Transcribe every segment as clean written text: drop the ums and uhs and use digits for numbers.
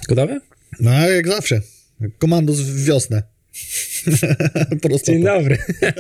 Gotowe? No, jak zawsze. Komandos w wiosnę. Dzień dobry.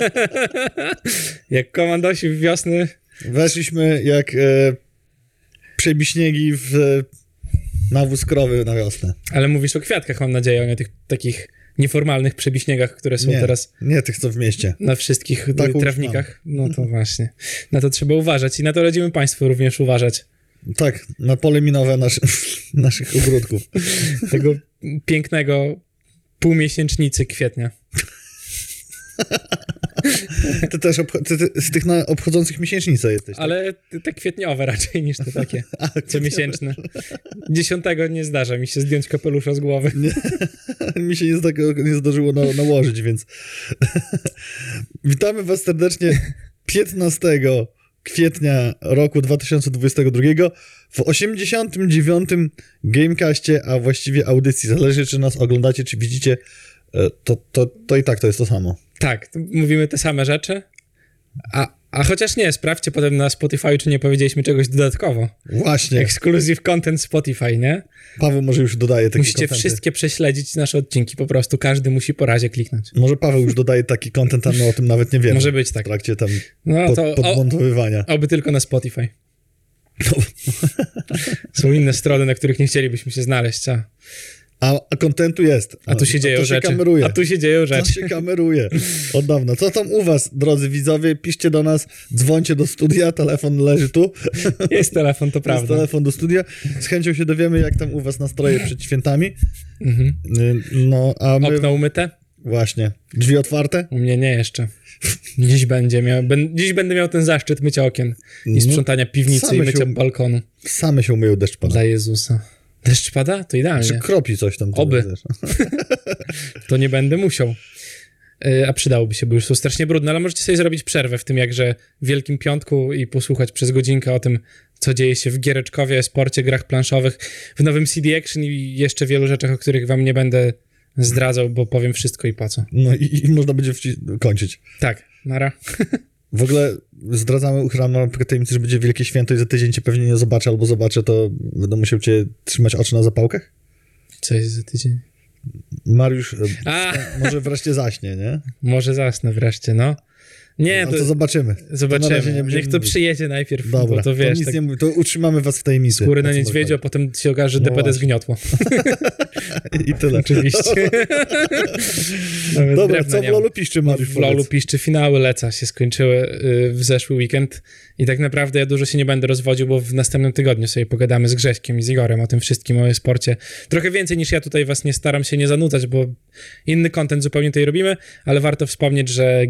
Jak komandosi w wiosnę. Weszliśmy jak przebiśniegi w nawóz krowy na wiosnę. Ale mówisz o kwiatkach, mam nadzieję, a nie o tych takich nieformalnych przebiśniegach, które są teraz... Nie, tych co w mieście. Na wszystkich trawnikach. No to właśnie. Na to trzeba uważać i na to radzimy Państwu również uważać. Tak, na pole minowe naszych ogródków. Tego pięknego półmiesięcznicy kwietnia. Ty też z tych obchodzących miesięcznicę jesteś. Tak? Ale te kwietniowe raczej niż te takie comiesięczne. 10 nie zdarza mi się zdjąć kapelusza z głowy. Mi się nie zdarzyło nałożyć, więc witamy was serdecznie 15 kwietnia roku 2022 w 89. Gamecastie, a właściwie audycji. Zależy, czy nas oglądacie, czy widzicie, to i tak to jest to samo. Tak, mówimy te same rzeczy, a chociaż nie, sprawdźcie potem na Spotify, czy nie powiedzieliśmy czegoś dodatkowo. Właśnie. Exclusive content Spotify, nie? Paweł może już dodaje takie Musicie wszystkie prześledzić nasze odcinki, po prostu każdy musi po razie kliknąć. Może Paweł już dodaje taki content, a my o tym nawet nie wiemy. Może być tak. W trakcie tam to podmontowywania. Oby tylko na Spotify. Są inne strony, na których nie chcielibyśmy się znaleźć, A kontentu jest. A tu się dzieją rzeczy. Kameruje. A tu się dzieją rzeczy. To się kameruje. Od dawna. Co tam u was, drodzy widzowie? Piszcie do nas, dzwońcie do studia, telefon leży tu. Jest telefon, to prawda. Jest telefon do studia. Z chęcią się dowiemy, jak tam u was nastroje przed świętami. Mhm. No, a my... Okno umyte? Właśnie. Drzwi otwarte? U mnie nie jeszcze. Dziś będę miał ten zaszczyt mycia okien i sprzątania piwnicy i mycia balkonu. Same się umyją, deszcz pada. Dla Jezusa. Deszcz pada? To idealnie. Czy kropi coś tam. Oby. To nie będę musiał. A przydałoby się, bo już są strasznie brudne, ale możecie sobie zrobić przerwę w tym jakże Wielkim Piątku i posłuchać przez godzinkę o tym, co dzieje się w giereczkowie, sporcie, grach planszowych, w nowym CD Action i jeszcze wielu rzeczach, o których wam nie będę zdradzał, bo powiem wszystko i po co. No i można będzie kończyć. Tak, nara. W ogóle zdradzamy, uchylamy tajemnicę, że będzie Wielkie Święto i za tydzień cię pewnie nie zobaczę, albo zobaczę, to będę musiał cię trzymać oczy na zapałkach? Co jest za tydzień? Mariusz może wreszcie zaśnie, nie? Może zasnę wreszcie, no. Nie, to zobaczymy. Zobaczymy. Niech to przyjedzie najpierw. Dobra, bo to wiesz, to, nic nie to utrzymamy was w tajemnicy. Skóry na niedźwiedziu, a potem się okaże, że DPD właśnie. zgniotło. I tyle. Oczywiście. Dobra, co w LoLu piszczy, Mariusz? W LoLu piszczy, finały Leca się skończyły w zeszły weekend i tak naprawdę ja dużo się nie będę rozwodził, bo w następnym tygodniu sobie pogadamy z Grześkiem i z Igorem o tym wszystkim, o e-sporcie. Trochę więcej niż ja tutaj was nie staram się nie zanudzać, bo inny content zupełnie tutaj robimy, ale warto wspomnieć, że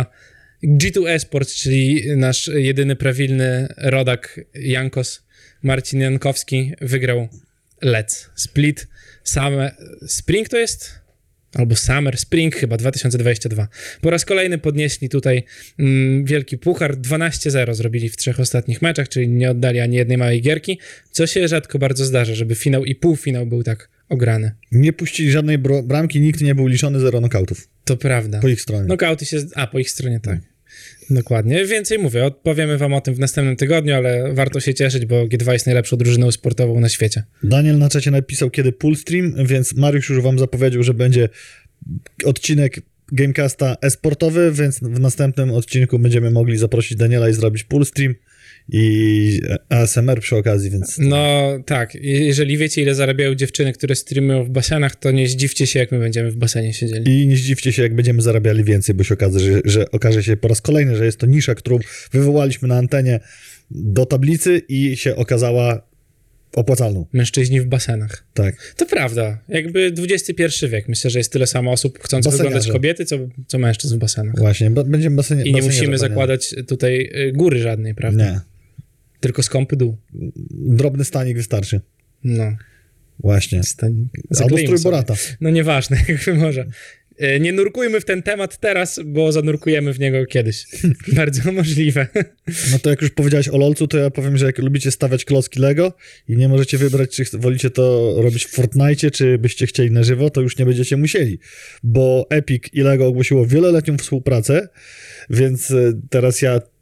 G2 Esports, czyli nasz jedyny prawilny rodak Jankos, Marcin Jankowski, wygrał Let's Split Spring to jest? Albo Summer Spring chyba 2022. Po raz kolejny podnieśli tutaj wielki puchar. 12-0 zrobili w 3 ostatnich meczach, czyli nie oddali ani jednej małej gierki, co się rzadko bardzo zdarza, żeby finał i półfinał był tak ograny. Nie puścili żadnej bramki, nikt nie był liczony, 0 knockoutów. To prawda. Po ich stronie. Knockouty się... po ich stronie, tak. Dokładnie. Więcej mówię, odpowiemy wam o tym w następnym tygodniu, ale warto się cieszyć, bo G2 jest najlepszą drużyną sportową na świecie. Daniel na czacie napisał, kiedy Pullstream, więc Mariusz już wam zapowiedział, że będzie odcinek Gamecasta e-sportowy, więc w następnym odcinku będziemy mogli zaprosić Daniela i zrobić Pullstream i ASMR przy okazji, więc... No tak, jeżeli wiecie, ile zarabiają dziewczyny, które streamują w basenach, to nie zdziwcie się, jak my będziemy w basenie siedzieli. I nie zdziwcie się, jak będziemy zarabiali więcej, bo się okaże się po raz kolejny, że jest to nisza, którą wywołaliśmy na antenie do tablicy i się okazała opłacalną. Mężczyźni w basenach. Tak. To prawda. Jakby XXI wiek. Myślę, że jest tyle samo osób chcących wyglądać kobiety, co mężczyzn w basenach. Właśnie, będziemy basenie. I nie musimy zakładać tutaj góry żadnej, prawda? Nie. Tylko skąpy dół. Drobny stanik wystarczy. No. Właśnie. Albo strój Borata. No nieważne, jakby może. Nie nurkujmy w ten temat teraz, bo zanurkujemy w niego kiedyś. Bardzo możliwe. No to jak już powiedziałeś o LoLcu, to ja powiem, że jak lubicie stawiać klocki Lego i nie możecie wybrać, czy wolicie to robić w Fortnite, czy byście chcieli na żywo, to już nie będziecie musieli, bo Epic i Lego ogłosiło wieloletnią współpracę, więc teraz ja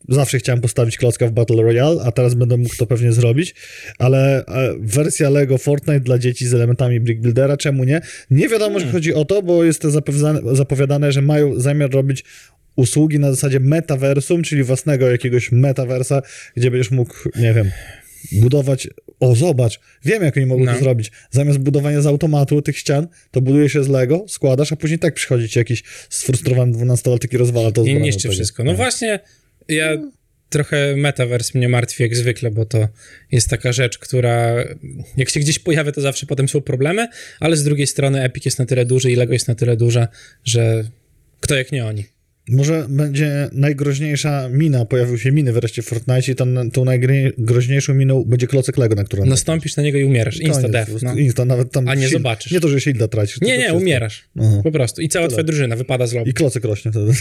zawsze chciałem postawić klocka w Battle Royale, a teraz będę mógł to pewnie zrobić, ale wersja Lego Fortnite dla dzieci z elementami Brick Buildera, czemu nie? Nie wiadomo, że chodzi o to, bo jest to zapowiadane, że mają zamiar robić usługi na zasadzie metaversum, czyli własnego jakiegoś metaversa, gdzie będziesz mógł, nie wiem, budować... O, zobacz, wiem, jak oni mogą to zrobić. Zamiast budowania z automatu tych ścian, to buduje się z Lego, składasz, a później tak przychodzi ci jakiś sfrustrowany 12-latek i rozwala to z i niszczy wszystko. No właśnie, ja trochę metaverse mnie martwi jak zwykle, bo to jest taka rzecz, która jak się gdzieś pojawia, to zawsze potem są problemy, ale z drugiej strony Epic jest na tyle duży i Lego jest na tyle duże, że kto jak nie oni. Może będzie najgroźniejsza mina, pojawił się miny wreszcie w Fortnite i tą najgroźniejszą miną będzie klocek Lego, na którą... Nastąpisz na niego i umierasz. Insta death. No. Insta, nawet tam... A nie zobaczysz. Nie to, że shielda tracisz. Nie, umierasz. Aha. Po prostu. I cała twoja drużyna wypada z lobby. I klocek rośnie wtedy.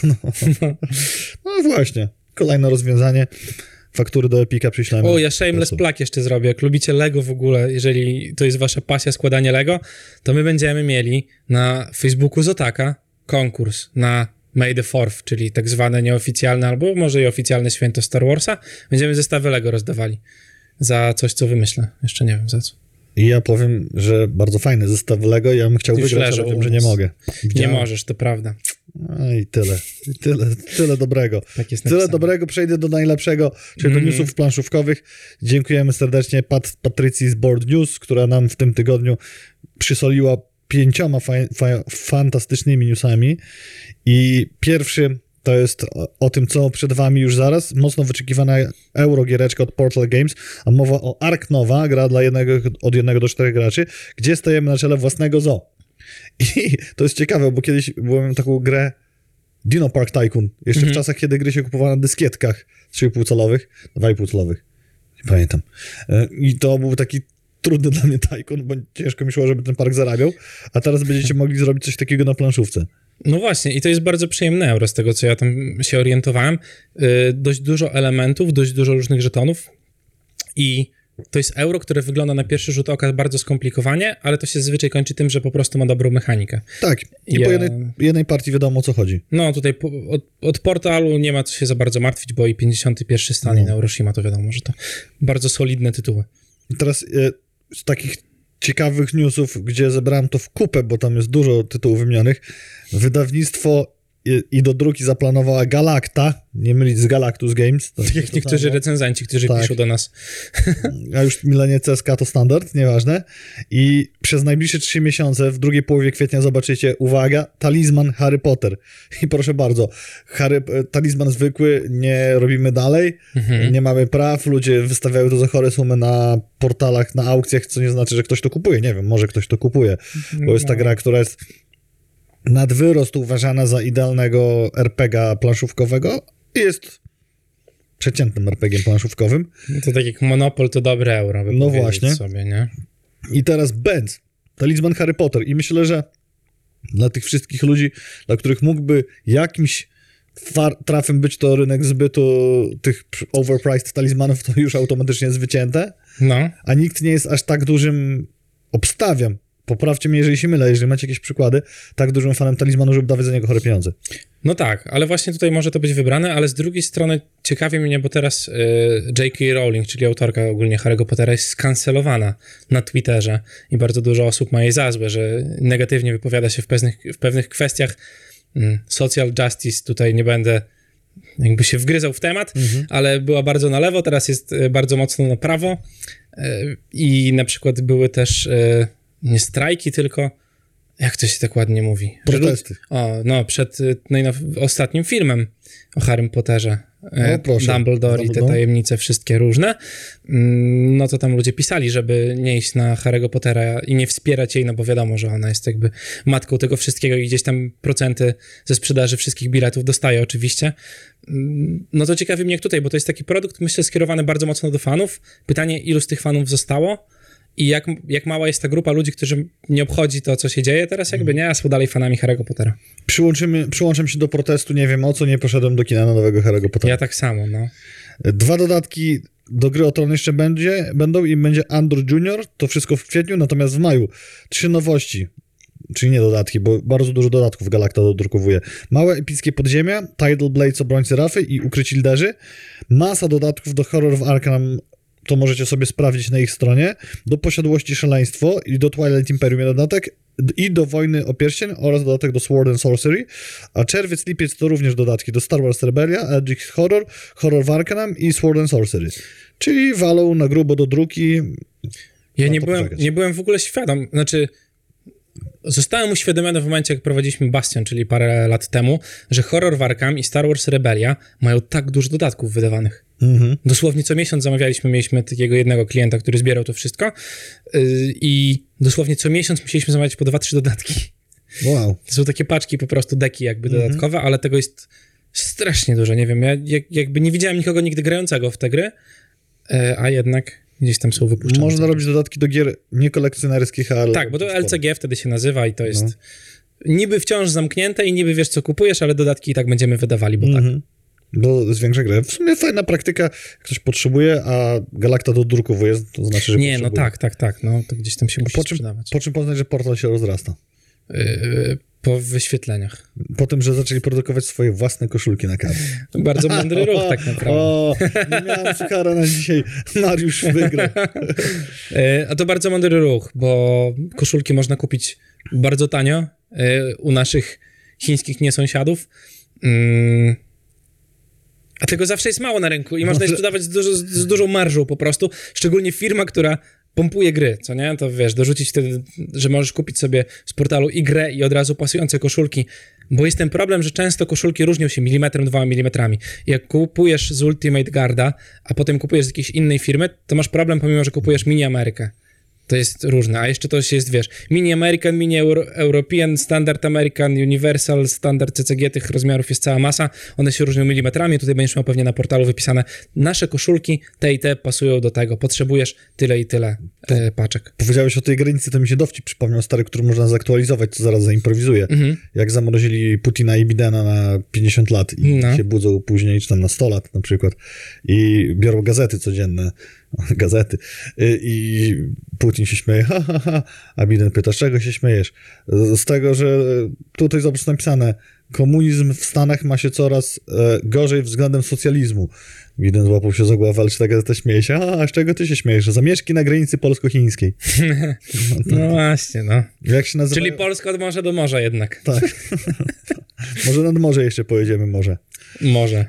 No właśnie. Kolejne rozwiązanie. Faktury do Epica przyślemy. O, ja shameless plug jeszcze zrobię. Jak lubicie Lego w ogóle, jeżeli to jest wasza pasja składanie Lego, to my będziemy mieli na Facebooku Zotaka konkurs na May the 4th, czyli tak zwane nieoficjalne, albo może i oficjalne święto Star Warsa. Będziemy zestawy Lego rozdawali za coś, co wymyślę. Jeszcze nie wiem za co. I ja powiem, że bardzo fajny zestaw Lego. Ja bym chciał wygrać, ale wiem, że nie mogę. Nie możesz, to prawda. No i tyle. Tyle dobrego. Tak jest tyle napisane. dobrego. Przejdę do najlepszego, czyli do newsów planszówkowych. Dziękujemy serdecznie Patrycji z Board News, która nam w tym tygodniu przysoliła 5 fantastycznymi newsami. I pierwszy to jest o tym, co przed wami już zaraz. Mocno wyczekiwana eurogiereczka od Portal Games, a mowa o Ark Nova, gra dla od 1 do 4 graczy, gdzie stajemy na czele własnego zoo. I to jest ciekawe, bo kiedyś byłem taką grę Dino Park Tycoon, jeszcze w czasach, kiedy gry się kupowano na dyskietkach 3,5 calowych, 2,5 calowych, nie pamiętam. I to był taki trudny dla mnie Tycoon, bo ciężko mi szło, żeby ten park zarabiał, a teraz będziecie mogli zrobić coś takiego na planszówce. No właśnie, i to jest bardzo przyjemne euro, z tego co ja tam się orientowałem. Dość dużo elementów, dość dużo różnych żetonów i to jest euro, które wygląda na pierwszy rzut oka bardzo skomplikowanie, ale to się zazwyczaj kończy tym, że po prostu ma dobrą mechanikę. Tak, i po jednej partii wiadomo, o co chodzi. No tutaj od portalu nie ma co się za bardzo martwić, bo i 51 stan i Neuroshima to wiadomo, że to bardzo solidne tytuły. I teraz z takich ciekawych newsów, gdzie zebrałem to w kupę, bo tam jest dużo tytułów wymienionych. Wydawnictwo i do druki zaplanowała Galacta, nie mylić z Galactus Games. Tak jak niektórzy recenzenci, którzy piszą do nas. A już mylenie CSK to standard, nieważne. I przez najbliższe 3 miesiące, w drugiej połowie kwietnia zobaczycie, uwaga, talizman Harry Potter. I proszę bardzo, talizman zwykły nie robimy dalej, nie mamy praw, ludzie wystawiają to za chore sumy na portalach, na aukcjach, co nie znaczy, że ktoś to kupuje. Nie wiem, może ktoś to kupuje, bo jest ta gra, która jest nad wyrost uważana za idealnego RPG-a planszówkowego i jest przeciętnym RPG-iem planszówkowym. To tak jak Monopol to dobre euro, by powiedzieć właśnie. Sobie, nie? I teraz Benz, talizman Harry Potter. I myślę, że dla tych wszystkich ludzi, dla których mógłby jakimś trafem być to rynek zbytu tych overpriced talizmanów, to już automatycznie jest wycięte. No. A nikt nie jest aż tak dużym, obstawiam, poprawcie mnie, jeżeli się mylę, jeżeli macie jakieś przykłady, tak dużym fanem talizmanu, żeby dawać za niego chore pieniądze. No tak, ale właśnie tutaj może to być wybrane, ale z drugiej strony ciekawi mnie, bo teraz J.K. Rowling, czyli autorka ogólnie Harry'ego Pottera, jest skancelowana na Twitterze i bardzo dużo osób ma jej za złe, że negatywnie wypowiada się w pewnych kwestiach. Social justice, tutaj nie będę jakby się wgryzał w temat, ale była bardzo na lewo, teraz jest bardzo mocno na prawo i na przykład były też nie strajki, tylko jak to się tak ładnie mówi? Protesty. Przed ostatnim filmem o Harrym Potterze. Dumbledore i te tajemnice wszystkie różne. No to tam ludzie pisali, żeby nie iść na Harry'ego Pottera i nie wspierać jej, no bo wiadomo, że ona jest jakby matką tego wszystkiego i gdzieś tam procenty ze sprzedaży wszystkich biletów dostaje oczywiście. No to ciekawi mnie jak tutaj, bo to jest taki produkt, myślę, skierowany bardzo mocno do fanów. Pytanie, ilu z tych fanów zostało? I jak mała jest ta grupa ludzi, którzy nie obchodzi to, co się dzieje teraz, jakby nie, a są dalej fanami Harry'ego Pottera. Przyłączam się do protestu, nie wiem o co, nie poszedłem do kina na nowego Harry'ego Pottera. Ja tak samo, no. 2 dodatki do Gry o Tron jeszcze będą i będzie Andor Junior, to wszystko w kwietniu, natomiast w maju 3 nowości. czyli nie dodatki, bo bardzo dużo dodatków Galacta dodrukowuje. Małe epickie podziemia, Tidal Blades, obrońcy Rafy i ukryci liderzy. Masa dodatków do Horror of Arkham, to możecie sobie sprawdzić na ich stronie. Do Posiadłości Szaleństwo i do Twilight Imperium dodatek i do Wojny o Pierścień oraz dodatek do Sword and Sorcery, a czerwiec, lipiec to również dodatki do Star Wars Rebellia, Eldritch Horror, Horror of Arkham i Sword and Sorcery. Czyli walą na grubo do druki. Ja nie byłem w ogóle świadom, znaczy zostałem uświadomiony w momencie, jak prowadziliśmy Bastion, czyli parę lat temu, że Horror of Arkham i Star Wars Rebellia mają tak dużo dodatków wydawanych. Dosłownie co miesiąc mieliśmy takiego jednego klienta, który zbierał to wszystko i dosłownie co miesiąc musieliśmy zamawiać po 2-3 dodatki. Wow. To są takie paczki, po prostu deki jakby dodatkowe, ale tego jest strasznie dużo, nie wiem, ja jakby nie widziałem nikogo nigdy grającego w te gry, a jednak gdzieś tam są wypuszczone. Można robić dodatki do gier niekolekcjonerskich, ale... Tak, bo to LCG wtedy się nazywa i to jest niby wciąż zamknięte i niby wiesz, co kupujesz, ale dodatki i tak będziemy wydawali, bo tak. Bo zwiększa grę. W sumie fajna praktyka, jak ktoś potrzebuje, a Galacta dodrukowuje, to znaczy, że nie, potrzebuje. no tak, no to gdzieś tam się musi sprzedawać. Po czym poznać, że portal się rozrasta? Po wyświetleniach. Po tym, że zaczęli produkować swoje własne koszulki na kartę. Bardzo mądry ruch tak naprawdę. O, nie miałem suchara na dzisiaj. Mariusz wygrał. A to bardzo mądry ruch, bo koszulki można kupić bardzo tanio u naszych chińskich niesąsiadów. A tego zawsze jest mało na rynku i można je sprzedawać z dużą marżą po prostu. Szczególnie firma, która pompuje gry, co nie? To wiesz, dorzucić wtedy, że możesz kupić sobie z portalu i grę i od razu pasujące koszulki, bo jest ten problem, że często koszulki różnią się milimetrem, 2 milimetrami. Jak kupujesz z Ultimate Guarda, a potem kupujesz z jakiejś innej firmy, to masz problem, pomimo że kupujesz Mini Amerykę. To jest różne, a jeszcze to jest, wiesz, Mini American, Mini European, Standard American, Universal, Standard CCG, tych rozmiarów jest cała masa, one się różnią milimetrami, tutaj będziesz miał pewnie na portalu wypisane, nasze koszulki te i te pasują do tego, potrzebujesz tyle i tyle paczek. Powiedziałeś o tej granicy, to mi się dowcip przypomniał stary, który można zaktualizować, co zaraz zaimprowizuję. Jak zamrozili Putina i Bidena na 50 lat i się budzą później, czy tam na 100 lat na przykład i biorą gazety codzienne, i Putin się śmieje, a Biden pyta, z czego się śmiejesz? Z tego, że tutaj zobacz napisane, komunizm w Stanach ma się coraz gorzej względem socjalizmu. Biden złapał się za głowę, ale czy ta gazeta śmieje się? A z czego ty się śmiejesz? Zamieszki na granicy polsko-chińskiej. No właśnie, no. Jak się nazywa? Czyli Polska od morza do morza jednak. Tak. Może nad morze jeszcze pojedziemy, może. Może.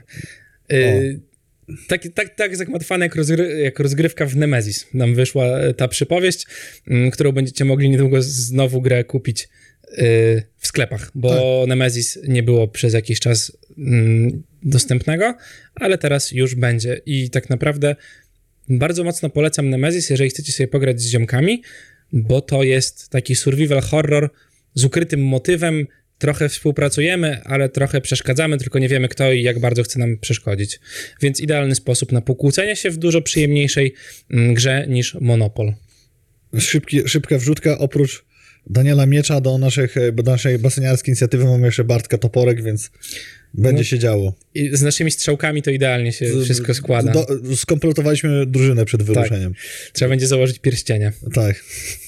Tak zagmatwane jak rozgrywka w Nemesis. Nam wyszła ta przypowieść, którą będziecie mogli niedługo znowu grę kupić w sklepach, bo Nemesis nie było przez jakiś czas dostępnego, ale teraz już będzie i tak naprawdę bardzo mocno polecam Nemesis, jeżeli chcecie sobie pograć z ziomkami, bo to jest taki survival horror z ukrytym motywem. Trochę współpracujemy, ale trochę przeszkadzamy, tylko nie wiemy kto i jak bardzo chce nam przeszkodzić. Więc idealny sposób na pokłócenie się w dużo przyjemniejszej grze niż Monopol. Szybka wrzutka, oprócz Daniela Miecza do naszej baseniarskiej inicjatywy mamy jeszcze Bartka Toporek, więc będzie się działo. I z naszymi strzałkami to idealnie się wszystko składa. Skompletowaliśmy drużynę przed wyruszeniem. Tak. Trzeba będzie założyć pierścienie. Tak.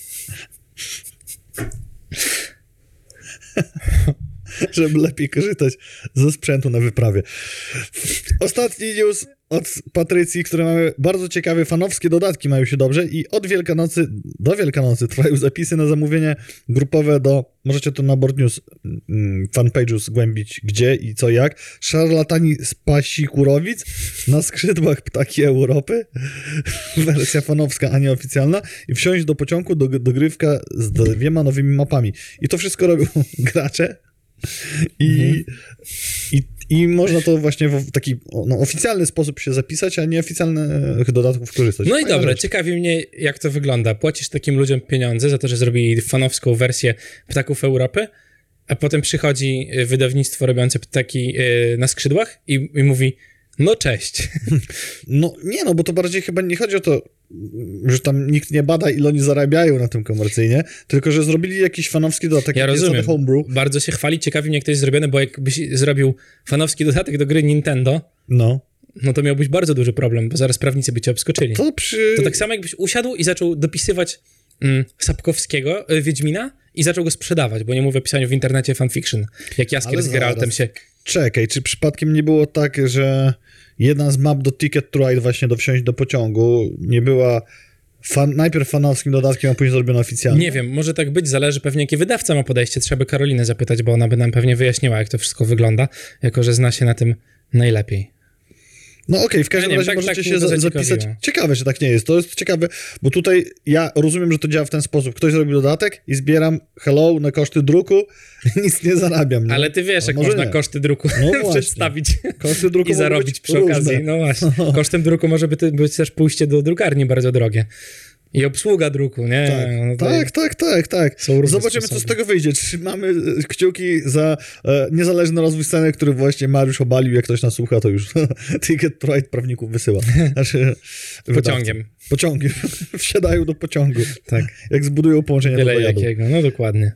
Żeby lepiej korzystać ze sprzętu na wyprawie. Ostatni news od Patrycji, które mamy bardzo ciekawe, fanowskie dodatki mają się dobrze i od Wielkanocy do Wielkanocy trwają zapisy na zamówienie grupowe możecie to na Board News fanpage'u zgłębić gdzie i co jak. Szarlatani z Pasikurowic na skrzydłach Ptaki Europy. Wersja fanowska, a nie oficjalna. I wsiąść do pociągu dogrywka z 2 nowymi mapami. I to wszystko robią gracze. I można to właśnie w taki oficjalny sposób się zapisać, a nieoficjalnych dodatków korzystać. No i dobra, ciekawi mnie, jak to wygląda. Płacisz takim ludziom pieniądze za to, że zrobili fanowską wersję Ptaków Europy, a potem przychodzi wydawnictwo robiące ptaki na skrzydłach i mówi, no cześć. No nie, bo to bardziej chyba nie chodzi o to, że tam nikt nie bada, ile oni zarabiają na tym komercyjnie, tylko że zrobili jakiś fanowski dodatek. Ja rozumiem. Bardzo się chwali, ciekawi mnie, jak to jest zrobione, bo jakbyś zrobił fanowski dodatek do gry Nintendo, no to miałbyś bardzo duży problem, bo zaraz prawnicy by cię obskoczyli. To tak samo jakbyś usiadł i zaczął dopisywać Sapkowskiego, Wiedźmina i zaczął go sprzedawać, bo nie mówię o pisaniu w internecie fanfiction, jak Jaskier z Geraltem się... Czekaj, czy przypadkiem nie było tak, że jedna z map do Ticket to Ride właśnie do wsiąść do pociągu nie była najpierw fanowskim dodatkiem, a później zrobiona oficjalnie? Nie wiem, może tak być, zależy pewnie jaki wydawca ma podejście, trzeba by Karolinę zapytać, bo ona by nam pewnie wyjaśniła, jak to wszystko wygląda, jako że zna się na tym najlepiej. No okej, w każdym razie możecie się zapisać. Ciekawe, że tak nie jest. To jest ciekawe, bo tutaj ja rozumiem, że to działa w ten sposób. Ktoś zrobi dodatek i zbieram hello na koszty druku, nic nie zarabiam. Nie? Ale ty wiesz, jak można koszty druku przedstawić koszty druku i zarobić przy okazji. No właśnie. Kosztem druku może być też pójście do drukarni bardzo drogie. I obsługa druku, nie? Tak. Zobaczymy, co z tego wyjdzie. Trzymamy kciuki za niezależny rozwój sceny, który właśnie Mariusz obalił. Jak ktoś nas słucha, to już Ticket to Ride prawników wysyła. Pociągiem. Wsiadają do pociągu. Tak. Jak zbudują połączenia do dojazdu. Jakiego, no dokładnie.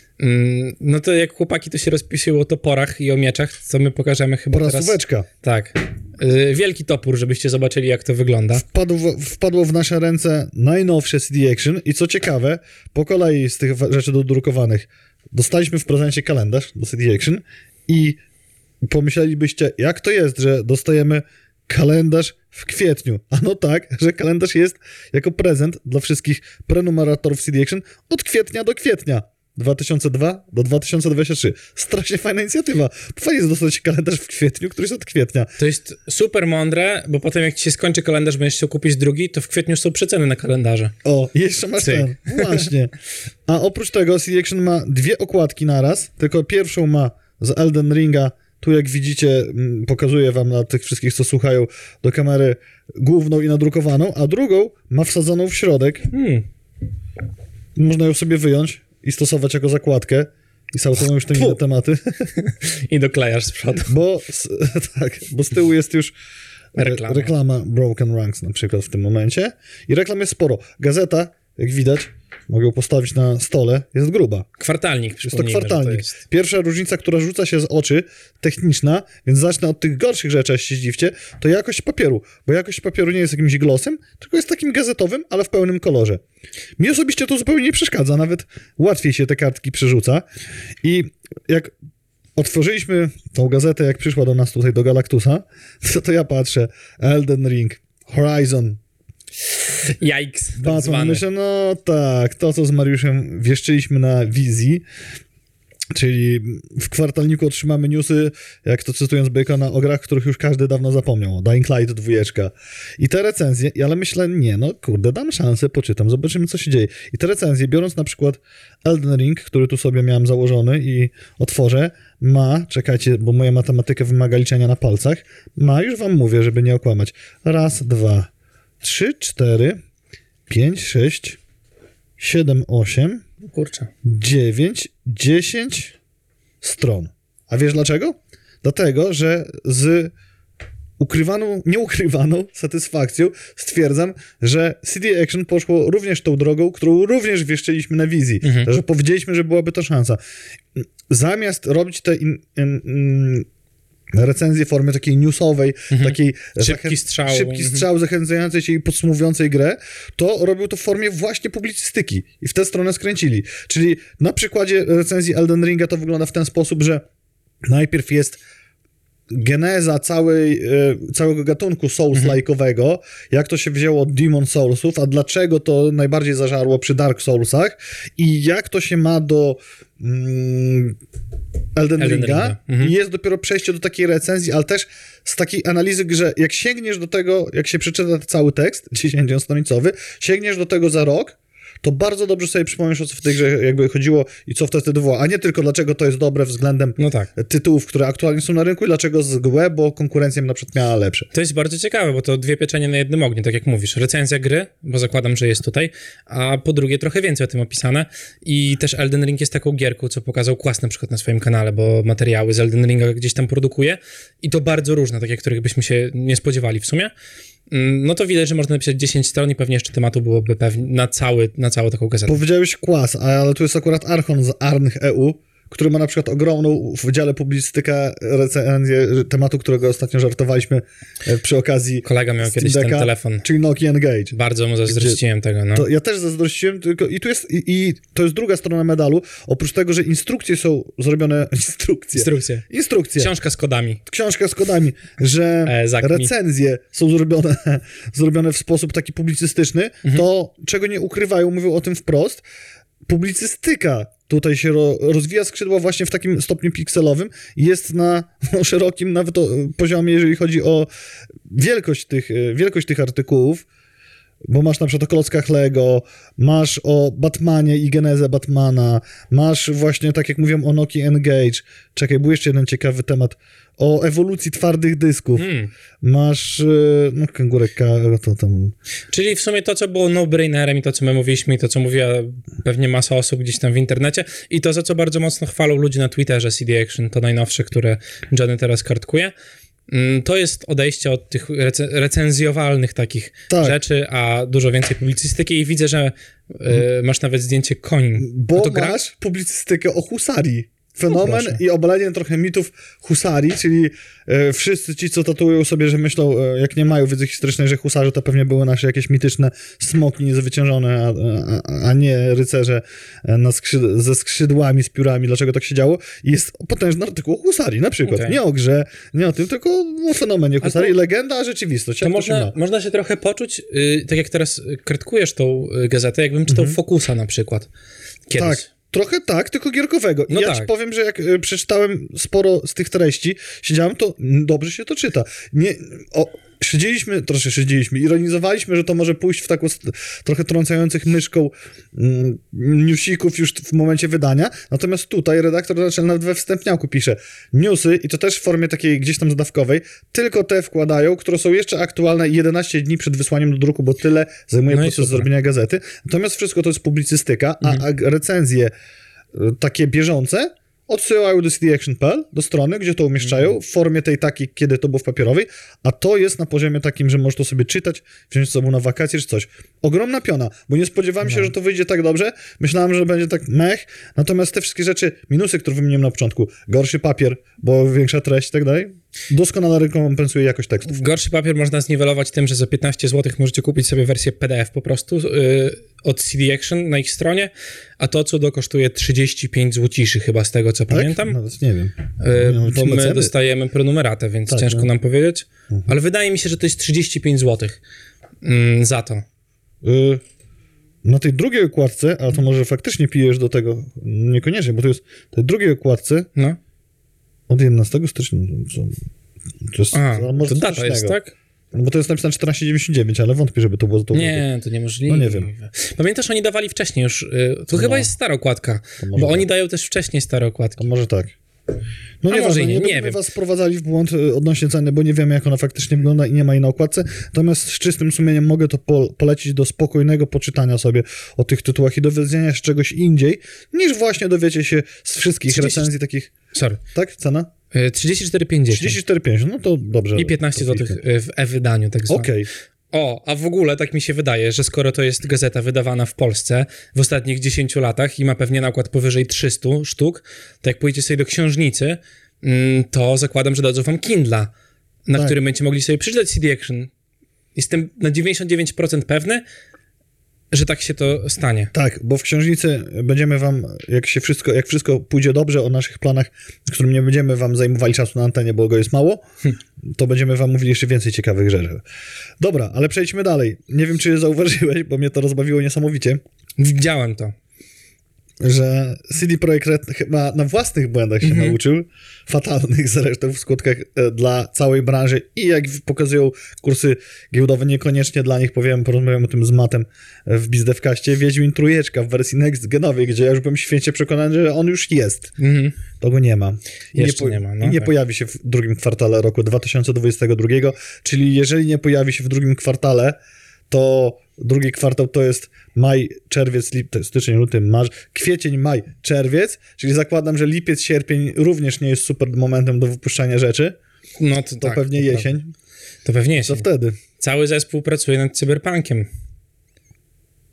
No to jak chłopaki to się rozpisują o toporach i o mieczach, co my pokażemy chyba teraz. Porasóweczka. Tak. Wielki topór, żebyście zobaczyli, jak to wygląda. Wpadło w nasze ręce najnowsze CD Action i co ciekawe, po kolei z tych rzeczy dodrukowanych dostaliśmy w prezencie kalendarz do CD Action i pomyślelibyście, jak to jest, że dostajemy kalendarz w kwietniu. A no tak, że kalendarz jest jako prezent dla wszystkich prenumeratorów CD Action od kwietnia do kwietnia. 2002 do 2023. Strasznie fajna inicjatywa. Fajnie jest dostać kalendarz w kwietniu, który jest od kwietnia. To jest super mądre, bo potem jak ci się skończy kalendarz, będziesz chciał kupić drugi, to w kwietniu są przeceny na kalendarze. O, jeszcze masz ten. Właśnie. A oprócz tego CD Action ma 2 okładki naraz, tylko pierwszą ma z Elden Ringa. Tu jak widzicie, pokazuję wam na tych wszystkich, co słuchają do kamery, główną i nadrukowaną, a drugą ma wsadzoną w środek. Można ją sobie wyjąć i stosować jako zakładkę i saltują już te inne tematy. I doklejasz z przodu. Bo z tyłu jest już reklama Broken Ranks na przykład w tym momencie i reklam jest sporo. Gazeta, jak widać, mogę ją postawić na stole, jest gruba. Kwartalnik, jest to kwartalnik. Pierwsza różnica, która rzuca się z oczy, techniczna, więc zacznę od tych gorszych rzeczy, jeśli się zdziwcie, to jakość papieru, bo jakość papieru nie jest jakimś glossem, tylko jest takim gazetowym, ale w pełnym kolorze. Mi osobiście to zupełnie nie przeszkadza, nawet łatwiej się te kartki przerzuca i jak otworzyliśmy tą gazetę, jak przyszła do nas tutaj do Galactusa, to ja patrzę, Elden Ring, Horizon, Yikes. Myślę, no tak, to co z Mariuszem wieszczyliśmy na wizji, czyli w kwartalniku otrzymamy newsy, jak to cytując Bacona, o grach, których już każdy dawno zapomniał. Dying Light 2. I te recenzje, ale myślę, dam szansę, poczytam, zobaczymy, co się dzieje. I te recenzje, biorąc na przykład Elden Ring, który tu sobie miałem założony i otworzę, czekajcie, bo moja matematyka wymaga liczenia na palcach, już wam mówię, żeby nie okłamać. 1, 2, 3, 4, 5, 6, 7, 8, 9, 10 stron. A wiesz dlaczego? Dlatego, że z nieukrywaną satysfakcją stwierdzam, że CD Action poszło również tą drogą, którą również wieszczyliśmy na wizji. Że powiedzieliśmy, że byłaby to szansa. Zamiast robić te recenzję w formie takiej newsowej, takiej szybki strzał zachęcającej się i podsumowującej grę, to robił to w formie właśnie publicystyki i w tę stronę skręcili. Czyli na przykładzie recenzji Elden Ringa to wygląda w ten sposób, że najpierw jest geneza całego gatunku Souls-like'owego, jak to się wzięło od Demon Soulsów, a dlaczego to najbardziej zażarło przy Dark Soulsach i jak to się ma do Elden Ringa. I jest dopiero przejście do takiej recenzji, ale też z takiej analizy, że jak sięgniesz do tego, jak się przeczyta cały tekst, 10-stronicowy, sięgniesz do tego za rok, to bardzo dobrze sobie przypomnisz, o co w tej grze jakby chodziło i co wtedy było, a nie tylko dlaczego to jest dobre względem tytułów, które aktualnie są na rynku i dlaczego złe, bo konkurencja na przykład miała lepsze. To jest bardzo ciekawe, bo to 2 pieczenie na jednym ogniu, tak jak mówisz. Recenzja gry, bo zakładam, że jest tutaj, a po drugie trochę więcej o tym opisane i też Elden Ring jest taką gierką, co pokazał Kłas na przykład na swoim kanale, bo materiały z Elden Ringa gdzieś tam produkuje i to bardzo różne, takie, których byśmy się nie spodziewali w sumie. No to widać, że można napisać 10 stron i pewnie jeszcze tematu byłoby pewnie na całą taką gazetę. Powiedziałeś Kłas, ale tu jest akurat Archon z Arnych EU, który ma na przykład ogromną w dziale publicystyka recenzję tematu, którego ostatnio żartowaliśmy przy okazji Kolega miał kiedyś ten telefon. Czyli Nokia Engage. Bardzo mu zazdrościłem tego, no. To ja też zazdrościłem, tylko i tu jest, i to jest druga strona medalu, oprócz tego, że instrukcje są zrobione, Instrukcje. Książka z kodami, że recenzje są zrobione w sposób taki publicystyczny, to czego nie ukrywają, mówią o tym wprost, publicystyka tutaj się rozwija skrzydła właśnie w takim stopniu pikselowym i jest na szerokim nawet poziomie, jeżeli chodzi o wielkość tych artykułów, bo masz na przykład o klockach Lego, masz o Batmanie i genezę Batmana, masz właśnie, tak jak mówiłem, o Nokia Engage. Czekaj, był jeszcze jeden ciekawy temat. O ewolucji twardych dysków. Masz, no kangurek, to tam... Czyli w sumie to, co było no-brainerem i to, co my mówiliśmy i to, co mówiła pewnie masa osób gdzieś tam w internecie i to, za co bardzo mocno chwalą ludzie na Twitterze, CD Action, to najnowsze, które Johnny teraz kartkuje. To jest odejście od tych recenzjowalnych takich rzeczy, a dużo więcej publicystyki i widzę, że masz nawet zdjęcie koni. Bo masz publicystykę o husarii. Fenomen i obalenie trochę mitów husarii, czyli wszyscy ci, co tatuują sobie, że myślą, jak nie mają wiedzy historycznej, że husarze to pewnie były nasze jakieś mityczne smoki niezwyciężone, a nie rycerze ze skrzydłami, z piórami. Dlaczego tak się działo? I jest potężny artykuł o husarii, na przykład. Okay. Nie o grze, nie o tym, tylko o fenomenie husarii. Legenda, a rzeczywistość. To można się trochę poczuć, tak jak teraz kartkujesz tą gazetę, jakbym czytał Focusa na przykład. Kiedyś. Tak. Trochę tak, tylko gierkowego. I ja ci powiem, że jak przeczytałem sporo z tych treści, siedziałem, to dobrze się to czyta. Siedzieliśmy, ironizowaliśmy, że to może pójść w taką trochę trącających myszką newsików już w momencie wydania, natomiast tutaj redaktor naczelny nawet we wstępniaku pisze newsy i to też w formie takiej gdzieś tam zdawkowej, tylko te wkładają, które są jeszcze aktualne 11 dni przed wysłaniem do druku, bo tyle zajmuje proces zrobienia gazety. Natomiast wszystko to jest publicystyka, a recenzje takie bieżące odsyłają do cdaction.pl, do strony, gdzie to umieszczają, w formie tej takiej, kiedy to było w papierowej, a to jest na poziomie takim, że możesz to sobie czytać, wziąć z sobą na wakacje czy coś. Ogromna piona, bo nie spodziewałem się, że to wyjdzie tak dobrze, myślałem, że będzie tak mech, natomiast te wszystkie rzeczy, minusy, które wymieniłem na początku, gorszy papier, bo większa treść i tak dalej, doskonale rekompensuje jakość tekstów. Gorszy papier można zniwelować tym, że za 15 zł możecie kupić sobie wersję PDF po prostu od CD Action na ich stronie, a to cudo kosztuje 35 złociszy chyba z tego, co pamiętam. Nawet nie wiem. Bo my dostajemy prenumeratę, więc ciężko nam powiedzieć. Ale wydaje mi się, że to jest 35 zł za to. Na tej drugiej okładce, a to może faktycznie pijesz do tego, niekoniecznie, bo to jest na tej drugiej okładce od 11 stycznia. To data jest, tak? No bo to jest napisane 14,99, ale wątpię, żeby to było za to. Nie, to niemożliwe. No nie wiem. Pamiętasz, oni dawali wcześniej już, to chyba jest stara okładka, bo oni dają też wcześniej stare okładki. To może tak. No nie będziemy was wprowadzali w błąd odnośnie ceny, bo nie wiemy, jak ona faktycznie wygląda i nie ma jej na okładce. Natomiast z czystym sumieniem mogę to polecić do spokojnego poczytania sobie o tych tytułach i dowiedzenia się czegoś indziej, niż właśnie dowiecie się z wszystkich recenzji takich... Sorry. Tak? Cena? 34,50. 34,50, no to dobrze. I 15 zł w e-wydaniu, tak zwane. Okej. A w ogóle tak mi się wydaje, że skoro to jest gazeta wydawana w Polsce w ostatnich 10 latach i ma pewnie nakład powyżej 300 sztuk, to jak pójdziecie sobie do książnicy, to zakładam, że dadzą wam Kindla, na którym będziecie mogli sobie przeczytać CD Action. Jestem na 99% pewny, że tak się to stanie. Tak, bo w książnicy będziemy wam, jak wszystko pójdzie dobrze o naszych planach, z którym nie będziemy wam zajmowali czasu na antenie, bo go jest mało, to będziemy wam mówili jeszcze więcej ciekawych rzeczy. Dobra, ale przejdźmy dalej. Nie wiem, czy zauważyłeś, bo mnie to rozbawiło niesamowicie. Widziałem to. Że CD Projekt Red chyba na własnych błędach się nauczył, fatalnych zresztą w skutkach dla całej branży i jak pokazują kursy giełdowe, niekoniecznie dla nich, porozmawiam o tym z Matem w BizDevCaście, Wiedźmin Trójeczka w wersji next genowej, gdzie ja już byłem święcie przekonany, że on już jest. To go nie ma. I nie pojawi się w drugim kwartale roku 2022, czyli jeżeli nie pojawi się w drugim kwartale, to drugi kwartał to jest maj, czerwiec, styczeń, luty, kwiecień, maj, czerwiec, czyli zakładam, że lipiec, sierpień również nie jest super momentem do wypuszczania rzeczy. No to tak, pewnie jesień. To pewnie jesień. To wtedy. Cały zespół pracuje nad Cyberpunkiem.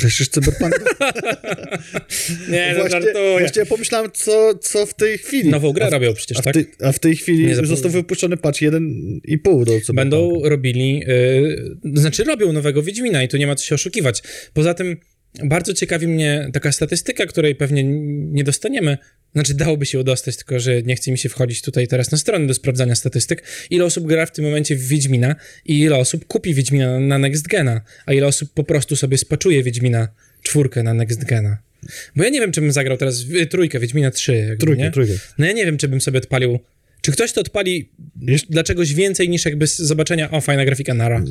Przecież Cyberpunk... Nie, no żartuję. Właściwie pomyślałem, co w tej chwili... Nową grę robią przecież, tak? A w tej chwili został wypuszczony patch 1.5 do Cyberpunka. Będą robili... Znaczy robią nowego Wiedźmina i tu nie ma co się oszukiwać. Poza tym bardzo ciekawi mnie taka statystyka, której pewnie nie dostaniemy. Znaczy dałoby się ją dostać, tylko że nie chce mi się wchodzić tutaj teraz na stronę do sprawdzania statystyk. Ile osób gra w tym momencie w Wiedźmina i ile osób kupi Wiedźmina na Next Gena, a ile osób po prostu sobie spaczuje Wiedźmina 4 na Next Gena. Bo ja nie wiem, czy bym zagrał teraz trójkę, Wiedźmina 3. Jakby, Trójkę. No ja nie wiem, czy bym sobie odpalił... Czy ktoś to odpali dla czegoś więcej niż jakby z zobaczenia, o, fajna grafika, nara.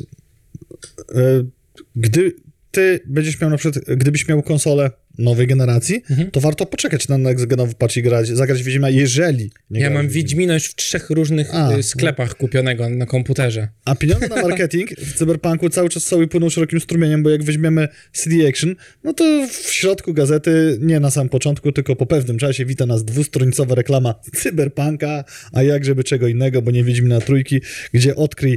Gdy ty będziesz miał na przykład, gdybyś miał konsolę nowej generacji, to warto poczekać na next-genowy patch i zagrać Wiedźmina, jeżeli nie Ja mam Wiedźmina już w 3 różnych sklepach kupionego na komputerze. A pieniądze na marketing w Cyberpunku cały czas sobie płyną szerokim strumieniem, bo jak weźmiemy CD Action, no to w środku gazety, nie na samym początku, tylko po pewnym czasie wita nas 2-stronicowa reklama Cyberpunka, a jak żeby czego innego, bo nie Wiedźmina trójki, gdzie odkryj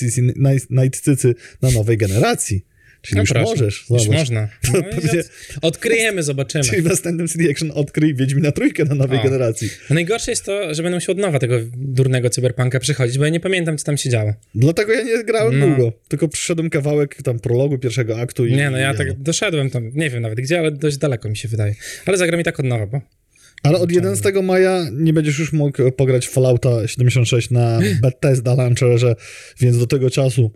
Night Cycy na nowej generacji. Czyli no już proszę, możesz. Już zobacz. można. No odkryjemy, zobaczymy. Czyli w następnym CD Action odkryj Wiedźmina trójkę na nowej generacji. No najgorsze jest to, że będą się od nowa tego durnego Cyberpunka przychodzić, bo ja nie pamiętam, co tam się działo. Dlatego ja nie grałem długo, tylko przyszedłem kawałek tam prologu pierwszego aktu i... Nie, no ja tak doszedłem tam, nie wiem nawet gdzie, ale dość daleko mi się wydaje. Ale zagram i tak od nowa, bo... Ale od 11 maja nie będziesz już mógł pograć w Fallouta 76 na Bethesda Launcherze, więc do tego czasu,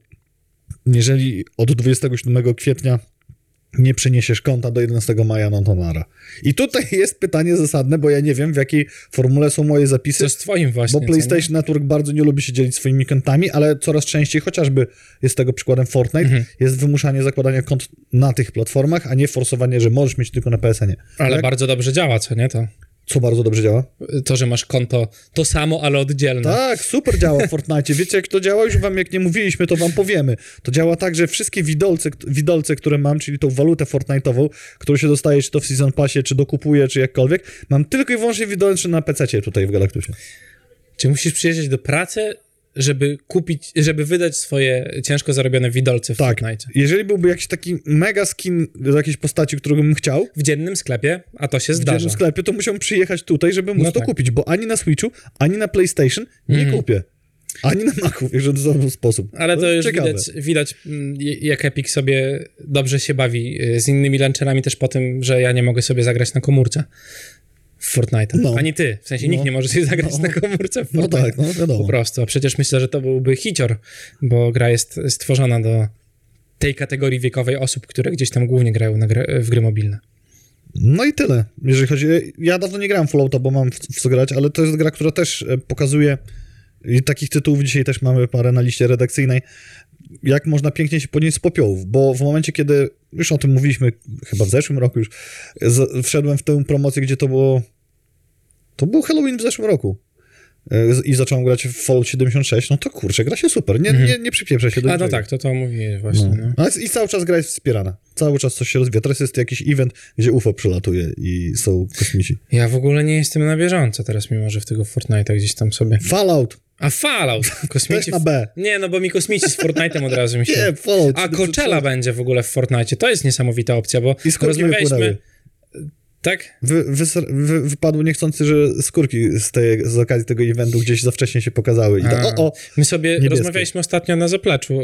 jeżeli od 27 kwietnia nie przeniesiesz konta do 11 maja, no to nara. I tutaj jest pytanie zasadne, bo ja nie wiem, w jakiej formule są moje zapisy. Co z twoim właśnie? Bo PlayStation Network bardzo nie lubi się dzielić swoimi kontami, ale coraz częściej, chociażby jest tego przykładem Fortnite, jest wymuszanie zakładania kont na tych platformach, a nie forsowanie, że możesz mieć tylko na PSN-ie. Ale bardzo dobrze działa, co nie to? Co bardzo dobrze działa? To, że masz konto to samo, ale oddzielne. Tak, super działa w Fortnite. Wiecie, jak to działa? Już wam, jak nie mówiliśmy, to wam powiemy. To działa tak, że wszystkie widolce, które mam, czyli tą walutę Fortnite'ową, którą się dostaje, czy to w Season Passie, czy dokupuję, czy jakkolwiek, mam tylko i wyłącznie widolce na PC-cie tutaj w Galactusie. Czy musisz przyjeżdżać do pracy, żeby kupić, żeby wydać swoje ciężko zarobione widolce w Fortnite? Jeżeli byłby jakiś taki mega skin do jakiejś postaci, którego bym chciał... W dziennym sklepie, a to się zdarza. W dziennym sklepie, to musiałbym przyjechać tutaj, żeby móc to kupić, bo ani na Switchu, ani na PlayStation nie kupię. Ani na Macu, w żaden sposób. Ale to już widać, jak Epic sobie dobrze się bawi z innymi launcherami też po tym, że ja nie mogę sobie zagrać na komórce w Fortnite. No. Ani ty. W sensie nikt nie może sobie zagrać na komórce w Fortnite. No tak, no wiadomo. Po prostu. A przecież myślę, że to byłby hicior, bo gra jest stworzona do tej kategorii wiekowej osób, które gdzieś tam głównie grają w gry mobilne. No i tyle. Jeżeli chodzi... Ja dawno nie grałem w Fallouta, bo mam w co grać, ale to jest gra, która też pokazuje... I takich tytułów dzisiaj też mamy parę na liście redakcyjnej, jak można pięknie się podnieść z popiołów, bo w momencie, kiedy, już o tym mówiliśmy chyba w zeszłym roku już, wszedłem w tę promocję, gdzie to był Halloween w zeszłym roku i zacząłem grać w Fallout 76, no to kurczę, gra się super, nie przypieprza się do niczego. No tak, to mówię właśnie. No. I cały czas gra jest wspierana, cały czas coś się rozwija. Teraz jest jakiś event, gdzie UFO przylatuje i są kosmici. Ja w ogóle nie jestem na bieżąco teraz, mimo że w tego Fortnite'a gdzieś tam sobie... Fallout! A Fallout! Kosmici... Też na B. Nie, no bo mi kosmici z Fortnite'em od razu mi się... Nie, Fallout. A Coachella będzie w ogóle w Fortnite'cie. To jest niesamowita opcja, bo i rozmawialiśmy... Tak? Wypadło niechcący, że skórki z okazji tego eventu gdzieś za wcześnie się pokazały. I to, my sobie rozmawialiśmy ostatnio na zapleczu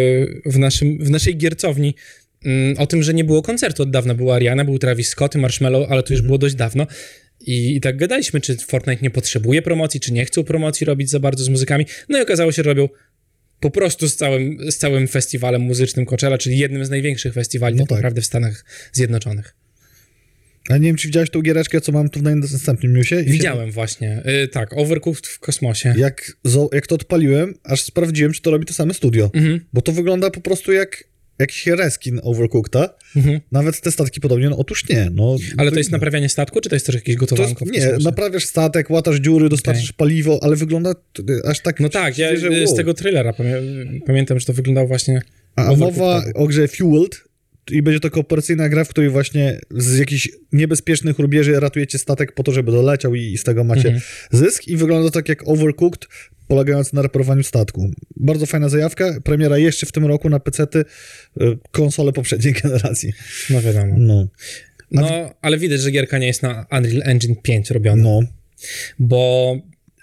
w naszej giercowni o tym, że nie było koncertu od dawna. Była Ariana, był Travis Scott, Marshmello, ale to już było dość dawno. I tak gadaliśmy, czy Fortnite nie potrzebuje promocji, czy nie chcą promocji robić za bardzo z muzykami. No i okazało się, że robią po prostu z całym festiwalem muzycznym Coachella, czyli jednym z największych festiwali tak naprawdę w Stanach Zjednoczonych. A nie wiem, czy widziałeś tą giereczkę, co mam tu w następnym newsie? Widziałem właśnie. Tak, Overcooked w kosmosie. Jak to odpaliłem, aż sprawdziłem, czy to robi to same studio. Bo to wygląda po prostu jak jakiś reskin Overcooked'a. Nawet te statki podobnie, no otóż nie. No, ale to jest naprawianie statku, czy to jest też jakieś gotowanko? Nie, naprawiasz statek, łatasz dziury, dostarczysz paliwo, ale wygląda aż tak... No tak, ja z tego trailera pamiętam, że to wyglądało właśnie... A mowa o grze Fueled, i będzie to kooperacyjna gra, w której właśnie z jakichś niebezpiecznych rubieży ratujecie statek po to, żeby doleciał i z tego macie zysk. I wygląda to tak jak Overcooked, polegając na reparowaniu statku. Bardzo fajna zajawka. Premiera jeszcze w tym roku na PC-ty, konsole poprzedniej generacji. No wiadomo. No, ale widać, że gierka nie jest na Unreal Engine 5 robiona. No. Bo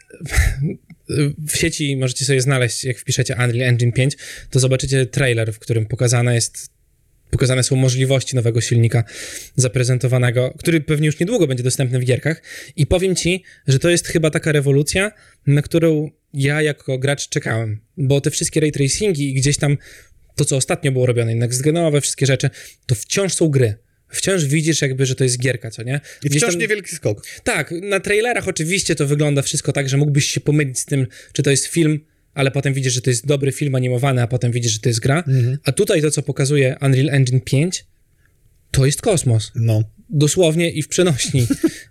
w sieci możecie sobie znaleźć, jak wpiszecie Unreal Engine 5, to zobaczycie trailer, w którym pokazane są możliwości nowego silnika zaprezentowanego, który pewnie już niedługo będzie dostępny w gierkach. I powiem ci, że to jest chyba taka rewolucja, na którą ja jako gracz czekałem. Bo te wszystkie ray tracingi i gdzieś tam to, co ostatnio było robione, next-genowe, wszystkie rzeczy, to wciąż są gry. Wciąż widzisz jakby, że to jest gierka, co nie? I wciąż niewielki skok. Tak, na trailerach oczywiście to wygląda wszystko tak, że mógłbyś się pomylić z tym, czy to jest film, ale potem widzisz, że to jest dobry film animowany, a potem widzisz, że to jest gra. A tutaj to, co pokazuje Unreal Engine 5, to jest kosmos. No. Dosłownie i w przenośni,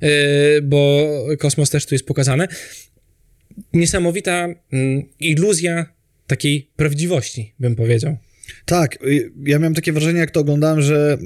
bo kosmos też tu jest pokazany. Niesamowita iluzja takiej prawdziwości, bym powiedział. Tak, ja miałem takie wrażenie, jak to oglądałem, że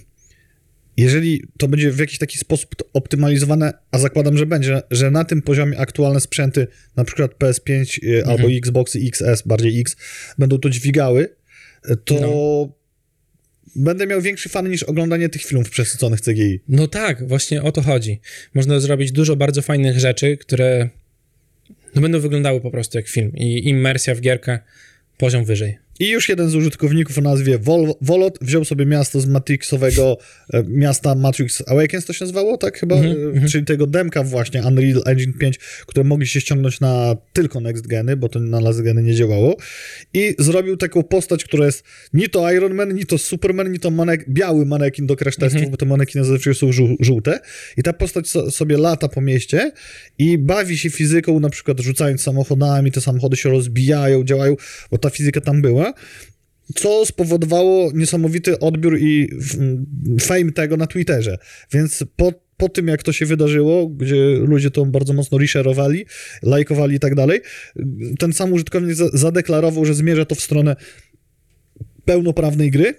jeżeli to będzie w jakiś taki sposób optymalizowane, a zakładam, że będzie, że na tym poziomie aktualne sprzęty, na przykład PS5 albo Xboxy XS, bardziej X, będą to dźwigały, to będę miał większy fan niż oglądanie tych filmów przesyconych CGI. No tak, właśnie o to chodzi. Można zrobić dużo bardzo fajnych rzeczy, które będą wyglądały po prostu jak film i immersja w gierkę poziom wyżej. I już jeden z użytkowników o nazwie Volot wziął sobie miasto z Matrixowego miasta Matrix Awakens, to się nazywało, tak chyba? Czyli tego demka właśnie Unreal Engine 5, które mogli się ściągnąć na tylko next geny, bo to na last geny nie działało. I zrobił taką postać, która jest ni to Iron Man, ni to Superman, ni to biały manekin do crash testów, bo te manekiny zazwyczaj są żółte. I ta postać sobie lata po mieście i bawi się fizyką, na przykład rzucając samochodami, te samochody się rozbijają, działają, bo ta fizyka tam była. Co spowodowało niesamowity odbiór i fame tego na Twitterze. Więc po tym, jak to się wydarzyło, gdzie ludzie to bardzo mocno reszerowali, lajkowali i tak dalej, ten sam użytkownik zadeklarował, że zmierza to w stronę pełnoprawnej gry.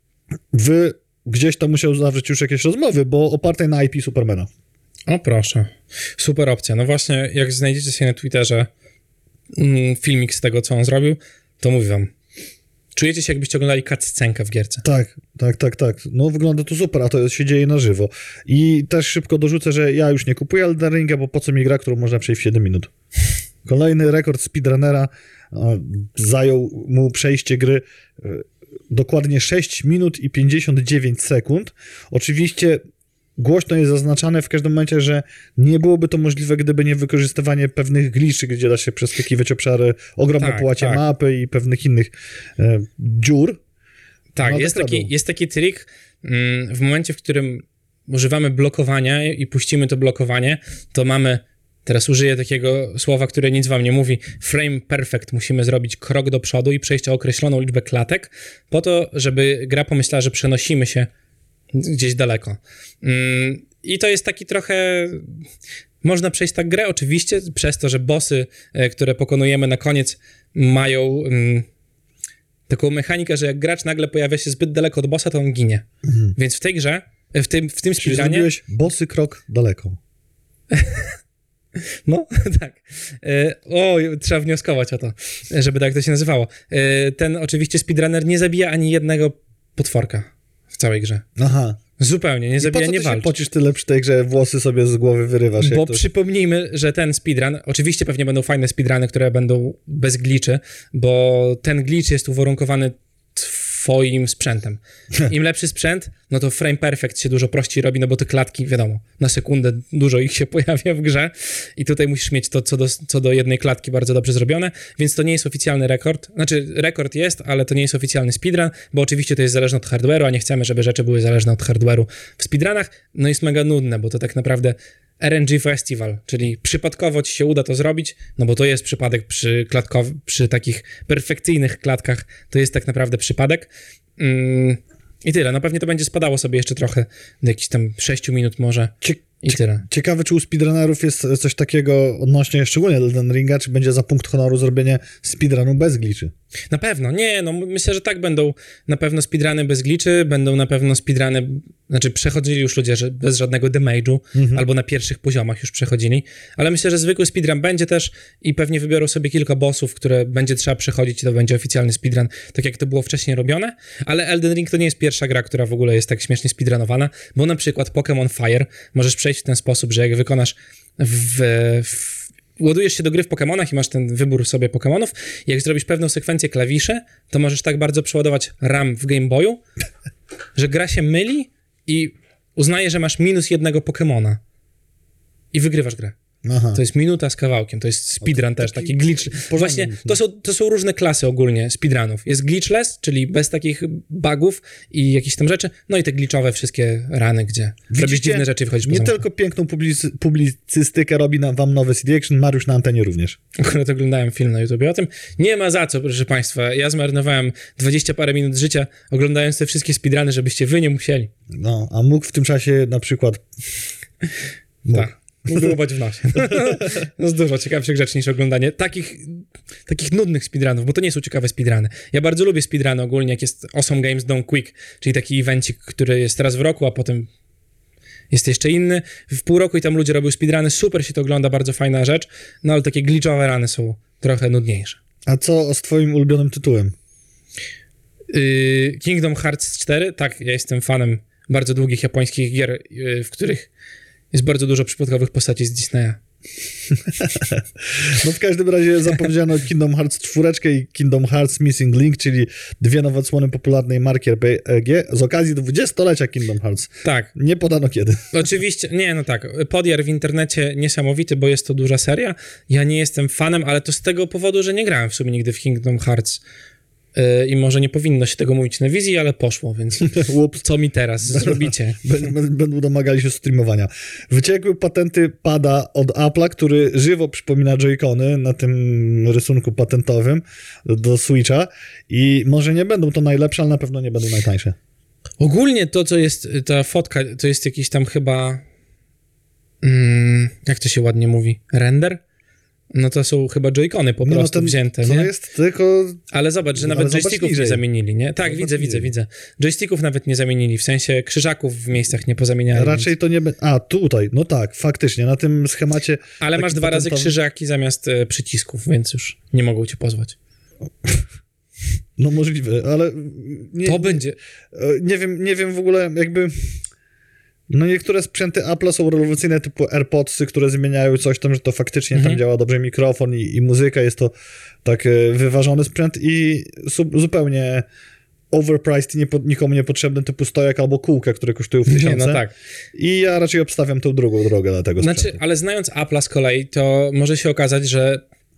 Gdzieś tam musiał zawrzeć już jakieś rozmowy, bo opartej na IP Supermana. O proszę. Super opcja. No właśnie, jak znajdziecie sobie na Twitterze filmik z tego, co on zrobił, to mówię wam, czujecie się, jakbyście oglądali cutscenkę w gierce. Tak. No wygląda to super, a to się dzieje na żywo. I też szybko dorzucę, że ja już nie kupuję Elden Ringa, bo po co mi gra, którą można przejść w 7 minut. Kolejny rekord speedrunnera, zajął mu przejście gry dokładnie 6 minut i 59 sekund. Oczywiście głośno jest zaznaczane w każdym momencie, że nie byłoby to możliwe, gdyby nie wykorzystywanie pewnych glitchy, gdzie da się przeskakiwać obszary, ogromne połacie mapy i pewnych innych dziur. Tak, no, jest taki trik, w momencie, w którym używamy blokowania i puścimy to blokowanie, to mamy, teraz użyję takiego słowa, które nic wam nie mówi, frame perfect, musimy zrobić krok do przodu i przejść o określoną liczbę klatek, po to, żeby gra pomyślała, że przenosimy się gdzieś daleko. I to jest taki trochę... Można przejść tak grę, oczywiście, przez to, że bossy, które pokonujemy na koniec, mają taką mechanikę, że jak gracz nagle pojawia się zbyt daleko od bossa, to on ginie. Więc w tej grze, w tym speedrunie... Czyli zrobiłeś bossy krok daleko. No, tak. Trzeba wnioskować o to, żeby tak to się nazywało. Ten oczywiście speedrunner nie zabija ani jednego potworka w całej grze. Aha. Zupełnie, nie zabija, nie walczy. Po co ty się pocisz tyle przy tej grze, włosy sobie z głowy wyrywasz? Bo przypomnijmy, że ten speedrun, oczywiście pewnie będą fajne speedruny, które będą bez glitchy, bo ten glitch jest uwarunkowany twoim sprzętem. Im lepszy sprzęt, no to frame perfect się dużo prościej robi, no bo te klatki, wiadomo, na sekundę dużo ich się pojawia w grze i tutaj musisz mieć to co do jednej klatki bardzo dobrze zrobione, więc to nie jest oficjalny rekord. Znaczy, rekord jest, ale to nie jest oficjalny speedrun, bo oczywiście to jest zależne od hardware'u, a nie chcemy, żeby rzeczy były zależne od hardware'u w speedrunach. No jest mega nudne, bo to tak naprawdę RNG Festival, czyli przypadkowo ci się uda to zrobić, no bo to jest przypadek przy takich perfekcyjnych klatkach, to jest tak naprawdę przypadek. I tyle, no pewnie to będzie spadało sobie jeszcze trochę, do jakichś tam 6 minut może i tyle. Ciekawe, czy u speedrunnerów jest coś takiego odnośnie szczególnie Elden Ringa, czy będzie za punkt honoru zrobienie speedrunu bez gliczy? Na pewno, nie, no myślę, że tak będą na pewno speedruny bez glitchy, będą na pewno speedruny, znaczy przechodzili już ludzie że bez żadnego damage'u, albo na pierwszych poziomach już przechodzili, ale myślę, że zwykły speedrun będzie też i pewnie wybiorą sobie kilka bossów, które będzie trzeba przechodzić i to będzie oficjalny speedrun, tak jak to było wcześniej robione, ale Elden Ring to nie jest pierwsza gra, która w ogóle jest tak śmiesznie speedrunowana, bo na przykład Pokémon Fire możesz przejść w ten sposób, że jak wykonasz ładujesz się do gry w Pokemonach i masz ten wybór sobie Pokemonów. Jak zrobisz pewną sekwencję klawiszy, to możesz tak bardzo przeładować RAM w Game Boyu, że gra się myli i uznaje, że masz minus jednego Pokemona. I wygrywasz grę. Aha. To jest minuta z kawałkiem, to jest speedrun też, taki glitch. Właśnie to są różne klasy ogólnie speedrunów. Jest glitchless, czyli bez takich bugów i jakichś tam rzeczy, no i te glitchowe wszystkie rany, gdzie robisz dziwne rzeczy i wchodzisz nie tylko piękną publicystykę robi wam nowy CD Action, Mariusz na antenie również. Akurat oglądałem film na YouTubie o tym. Nie ma za co, proszę państwa. Ja zmarnowałem 20 parę minut życia oglądając te wszystkie speedruny, żebyście wy nie musieli. No, a mógł w tym czasie na przykład... Tak. Wyłubać w nosie. No jest dużo ciekawszych rzeczy niż oglądanie takich nudnych speedrunów, bo to nie są ciekawe speedruny. Ja bardzo lubię speedruny ogólnie, jak jest Awesome Games Done Quick, czyli taki evencik, który jest raz w roku, a potem jest jeszcze inny. W pół roku i tam ludzie robią speedruny, super się to ogląda, bardzo fajna rzecz, no ale takie glitchowe rany są trochę nudniejsze. A co z twoim ulubionym tytułem? Kingdom Hearts 4, tak, ja jestem fanem bardzo długich japońskich gier, w których jest bardzo dużo przypadkowych postaci z Disneya. No w każdym razie zapowiedziano Kingdom Hearts 4 i Kingdom Hearts Missing Link, czyli dwie nowe odsłony popularnej marki RPG z okazji 20-lecia Kingdom Hearts. Tak. Nie podano kiedy. Oczywiście, nie, no tak. Podjar w internecie niesamowity, bo jest to duża seria. Ja nie jestem fanem, ale to z tego powodu, że nie grałem w sumie nigdy w Kingdom Hearts. I może nie powinno się tego mówić na wizji, ale poszło, więc co mi teraz zrobicie? Będą domagali się streamowania. Wyciekły patenty pada od Apple'a, który żywo przypomina Joy-Cony na tym rysunku patentowym do Switcha i może nie będą to najlepsze, ale na pewno nie będą najtańsze. Ogólnie to, co jest, ta fotka, to jest jakiś tam chyba jak to się ładnie mówi? Render? No to są chyba Joy-Cony po prostu wzięte, nie? To jest tylko... Ale zobacz, że nawet joysticków nie zamienili, nie? Tak, widzę. Joysticków nawet nie zamienili, w sensie krzyżaków w miejscach nie pozamieniali. Raczej więc... to nie... A, tutaj, no tak, faktycznie, na tym schemacie... Ale masz 2 razy krzyżaki zamiast przycisków, więc już nie mogą cię pozwać. No możliwe, ale... To będzie... Nie wiem w ogóle jakby... No niektóre sprzęty Apple'a są rewolucyjne, typu AirPodsy, które zmieniają coś tam, że to faktycznie tam działa dobrze mikrofon i muzyka, jest to tak wyważony sprzęt i zupełnie overpriced i nikomu niepotrzebny, typu stojak albo kółka, które kosztują w tysiące. No tak. I ja raczej obstawiam tą drugą drogę dla tego sprzętu. Znaczy, ale znając Apple'a z kolei, to może się okazać, że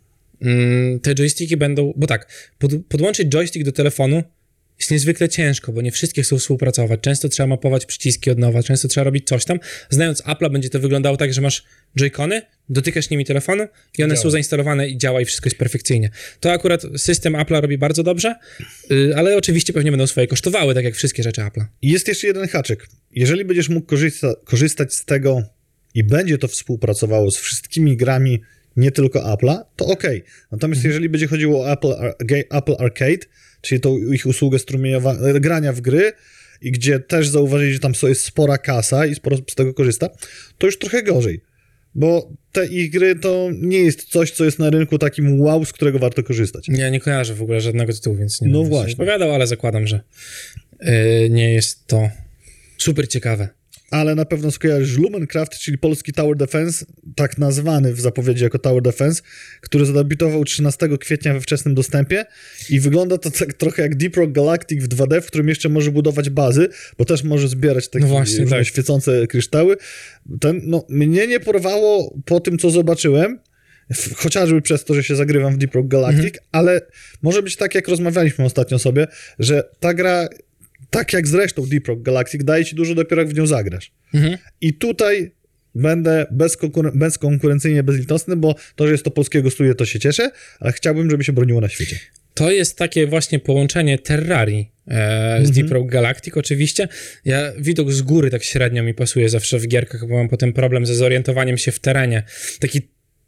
te joysticki będą... Bo tak, podłączyć joystick do telefonu jest niezwykle ciężko, bo nie wszystkie chcą współpracować. Często trzeba mapować przyciski od nowa, często trzeba robić coś tam. Znając Apple'a, będzie to wyglądało tak, że masz Joy-Cony, dotykasz nimi telefonu i one są zainstalowane i działa i wszystko jest perfekcyjnie. To akurat system Apple'a robi bardzo dobrze, ale oczywiście pewnie będą swoje kosztowały, tak jak wszystkie rzeczy Apple'a. I jest jeszcze jeden haczyk. Jeżeli będziesz mógł korzystać z tego i będzie to współpracowało z wszystkimi grami, nie tylko Apple'a, to okej. Natomiast jeżeli będzie chodziło o Apple Arcade, czyli tą ich usługę grania w gry i gdzie też zauważyli, że tam jest spora kasa i sporo z tego korzysta, to już trochę gorzej. Bo te ich gry to nie jest coś, co jest na rynku takim wow, z którego warto korzystać. Ja nie kojarzę w ogóle żadnego tytułu, więc nie będę się odpowiadał, ale zakładam, że nie jest to super ciekawe. Ale na pewno skojarzysz Lumencraft, czyli polski Tower Defense, tak nazwany w zapowiedzi jako Tower Defense, który zadebiutował 13 kwietnia we wczesnym dostępie i wygląda to tak trochę jak Deep Rock Galactic w 2D, w którym jeszcze może budować bazy, bo też może zbierać takie różne świecące kryształy. Mnie nie porwało po tym, co zobaczyłem, chociażby przez to, że się zagrywam w Deep Rock Galactic, ale może być tak, jak rozmawialiśmy ostatnio sobie, że ta gra... Tak jak zresztą Deep Rock Galactic, daje ci dużo dopiero jak w nią zagrasz. I tutaj będę bezkonkurencyjnie bezlitosny, bo to, że jest to polskiego studia, to się cieszę, ale chciałbym, żeby się broniło na świecie. To jest takie właśnie połączenie Terrarii z Deep Rock Galactic oczywiście. Widok z góry tak średnio mi pasuje zawsze w gierkach, bo mam potem problem ze zorientowaniem się w terenie. Taki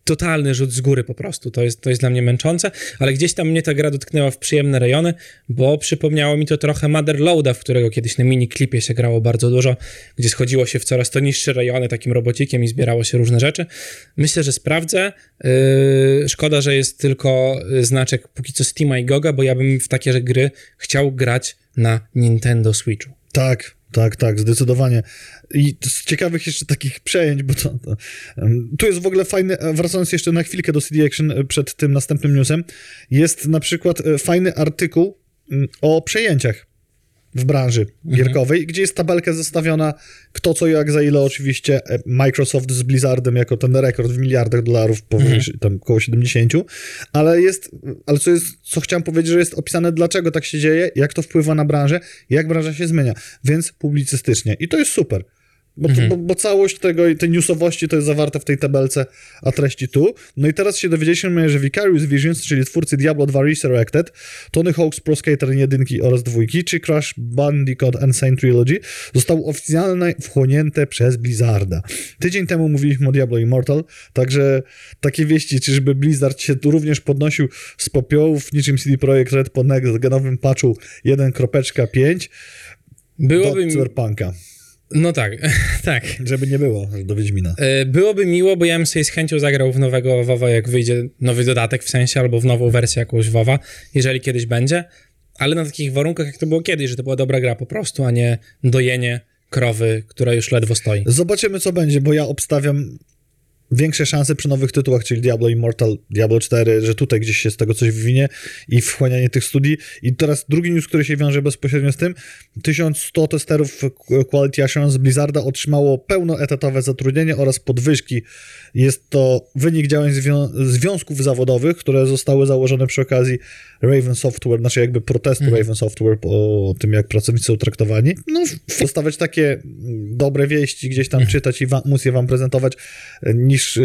totalny rzut z góry po prostu. To jest dla mnie męczące, ale gdzieś tam mnie ta gra dotknęła w przyjemne rejony, bo przypomniało mi to trochę Motherloada, w którego kiedyś na miniklipie się grało bardzo dużo, gdzie schodziło się w coraz to niższe rejony takim robocikiem i zbierało się różne rzeczy. Myślę, że sprawdzę. Szkoda, że jest tylko znaczek póki co Steama i Goga, bo ja bym w takie gry chciał grać na Nintendo Switchu. Tak, zdecydowanie. I z ciekawych jeszcze takich przejęć, bo tu jest w ogóle fajny, wracając jeszcze na chwilkę do CD Action przed tym następnym newsem, jest na przykład fajny artykuł o przejęciach w branży gierkowej, gdzie jest tabelka zestawiona kto co jak za ile, oczywiście Microsoft z Blizzardem jako ten rekord w miliardach dolarów, powyżej tam około 70, ale co chciałem powiedzieć, że jest opisane dlaczego tak się dzieje, jak to wpływa na branżę, jak branża się zmienia, więc publicystycznie i to jest super. Bo całość tego i tej newsowości to jest zawarte w tej tabelce, a treści tu. No i teraz się dowiedzieliśmy, że Vicarious Visions, czyli twórcy Diablo 2 Resurrected, Tony Hawk's Pro Skater 1 oraz 2, czy Crash Bandicoot Insane Trilogy zostały oficjalnie wchłonięte przez Blizzarda. Tydzień temu mówiliśmy o Diablo Immortal, także takie wieści, czyżby Blizzard się tu również podnosił z popiołów, niczym CD Projekt Red po next-genowym patchu 1.5 Byłoby do Cyberpunka. No tak, tak. Żeby nie było do Wiedźmina. Byłoby miło, bo ja bym sobie z chęcią zagrał w nowego WoWa, jak wyjdzie nowy dodatek w sensie, albo w nową wersję jakąś WoWa, jeżeli kiedyś będzie, ale na takich warunkach, jak to było kiedyś, że to była dobra gra po prostu, a nie dojenie krowy, która już ledwo stoi. Zobaczymy, co będzie, bo ja obstawiam większe szanse przy nowych tytułach, czyli Diablo Immortal, Diablo 4, że tutaj gdzieś się z tego coś wywinie i wchłanianie tych studii. I teraz drugi news, który się wiąże bezpośrednio z tym, 1100 testerów Quality Assurance Blizzarda otrzymało pełnoetatowe zatrudnienie oraz podwyżki. Jest to wynik działań związków zawodowych, które zostały założone przy okazji Raven Software, znaczy jakby protestu Raven Software o tym, jak pracownicy są traktowani. No, dostawać takie dobre wieści, gdzieś tam czytać i móc je wam prezentować, niż...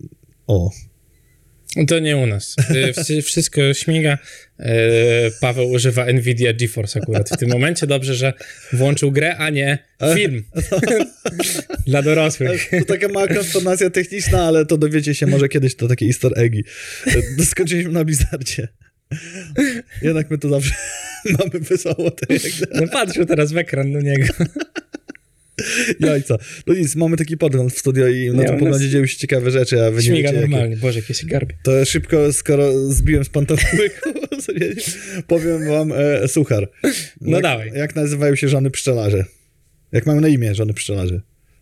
To nie u nas. Wszystko śmiga. Paweł używa Nvidia GeForce akurat w tym momencie. Dobrze, że włączył grę, a nie film. Dla dorosłych. To taka mała konsternacja techniczna, ale to dowiecie się może kiedyś, to takie easter eggi. Skończyliśmy na Blizzardzie. Jednak my to zawsze mamy wesoło. No patrzył teraz w ekran do niego. Jajca. No nic, mamy taki podgląd w studio i na tym podglądzie dzieją się ciekawe rzeczy, a wy nie śmiga wiecie, normalnie, jakie. Boże, jakie się garbie. To szybko, skoro zbiłem z pantofłyku, powiem wam suchar. No dawaj. Jak nazywają się żony pszczelarze? Jak mają na imię żony pszczelarze?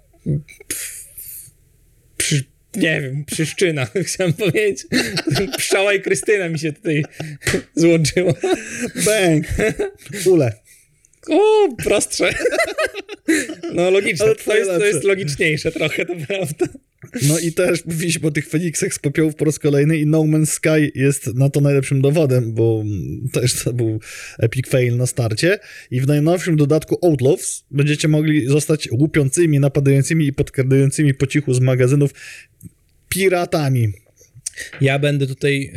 Nie wiem, Przyszczyna, chciałem powiedzieć. Pszczoła i Krystyna mi się tutaj złączyło. Bang! Ule. O, prostsze. No logiczne, to jest logiczniejsze trochę, to prawda. No i też mówiliśmy o tych Feniksach z popiołów po raz kolejny i No Man's Sky jest na to najlepszym dowodem, bo też to był epic fail na starcie i w najnowszym dodatku Outlaws będziecie mogli zostać łupiącymi, napadającymi i podkradającymi po cichu z magazynów piratami. Ja będę tutaj...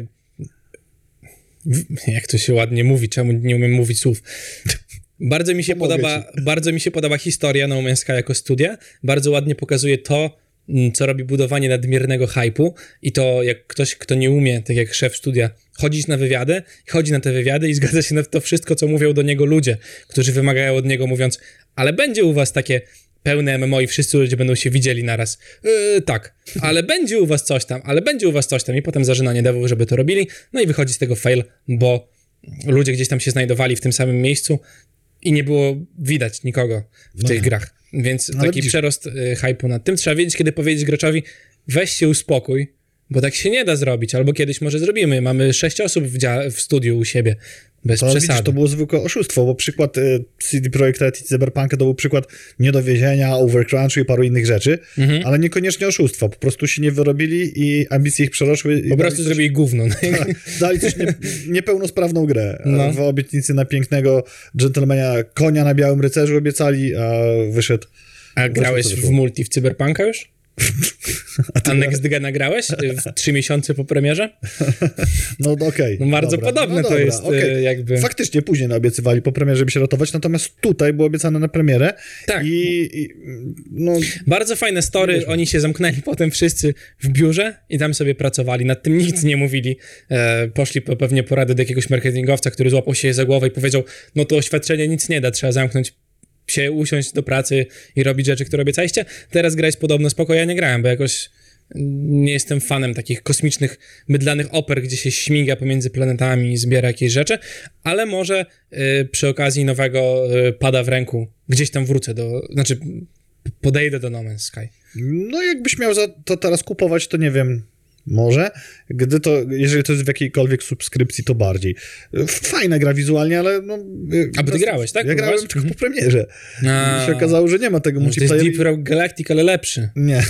jak to się ładnie mówi, czemu nie umiem mówić słów. Bardzo mi się podoba historia No Man's Sky jako studia. Bardzo ładnie pokazuje to, co robi budowanie nadmiernego hype'u i to jak ktoś, kto nie umie, tak jak szef studia, chodzić na wywiady, chodzi na te wywiady i zgadza się na to wszystko, co mówią do niego ludzie, którzy wymagają od niego mówiąc, ale będzie u was takie pełne MMO i wszyscy ludzie będą się widzieli naraz. Tak, ale będzie u was coś tam i potem zażynanie devów, żeby to robili, no i wychodzi z tego fail, bo ludzie gdzieś tam się znajdowali w tym samym miejscu i nie było widać nikogo w tych grach. Więc taki przerost hype'u nad tym. Trzeba wiedzieć, kiedy powiedzieć graczowi, weź się uspokój, bo tak się nie da zrobić, albo kiedyś może zrobimy. Mamy 6 osób w studiu u siebie, bez przesady. Widzisz, to było zwykłe oszustwo, bo przykład CD Projekt Red i Cyberpunka to był przykład niedowiezienia, overcrunchu i paru innych rzeczy, ale niekoniecznie oszustwa. Po prostu się nie wyrobili i ambicje ich przerosły. Po prostu zrobili gówno. Tak, dali coś niepełnosprawną grę. No. W obietnicy na pięknego dżentelmena konia na białym rycerzu obiecali, a wyszedł... A grałeś w multi w Cyberpunka już? A Next Gena grałeś w 3 miesiące po premierze? No okej. No bardzo dobra, podobne to jest jakby... Faktycznie później obiecywali po premierze, żeby się ratować, natomiast tutaj było obiecane na premierę. Tak. No... Bardzo fajne story, oni się zamknęli potem wszyscy w biurze i tam sobie pracowali, nad tym nic nie mówili. Poszli pewnie porady do jakiegoś marketingowca, który złapał się za głowę i powiedział, no to oświadczenie nic nie da, trzeba zamknąć się, usiąść do pracy i robić rzeczy, które obiecaliście. Teraz gra jest podobno spoko, ja nie grałem, bo jakoś nie jestem fanem takich kosmicznych, mydlanych oper, gdzie się śmiga pomiędzy planetami i zbiera jakieś rzeczy, ale może przy okazji nowego pada w ręku, gdzieś tam wrócę podejdę do No Man's Sky. No jakbyś miał za to teraz kupować, to nie wiem, może. Jeżeli to jest w jakiejkolwiek subskrypcji, to bardziej. Fajna gra wizualnie, ale no... A bo ty grałeś, tak? Ja grałem tylko po premierze. I się okazało, że nie ma tego multiplayera. To jest Deep Rock Galactic, ale lepszy. Nie.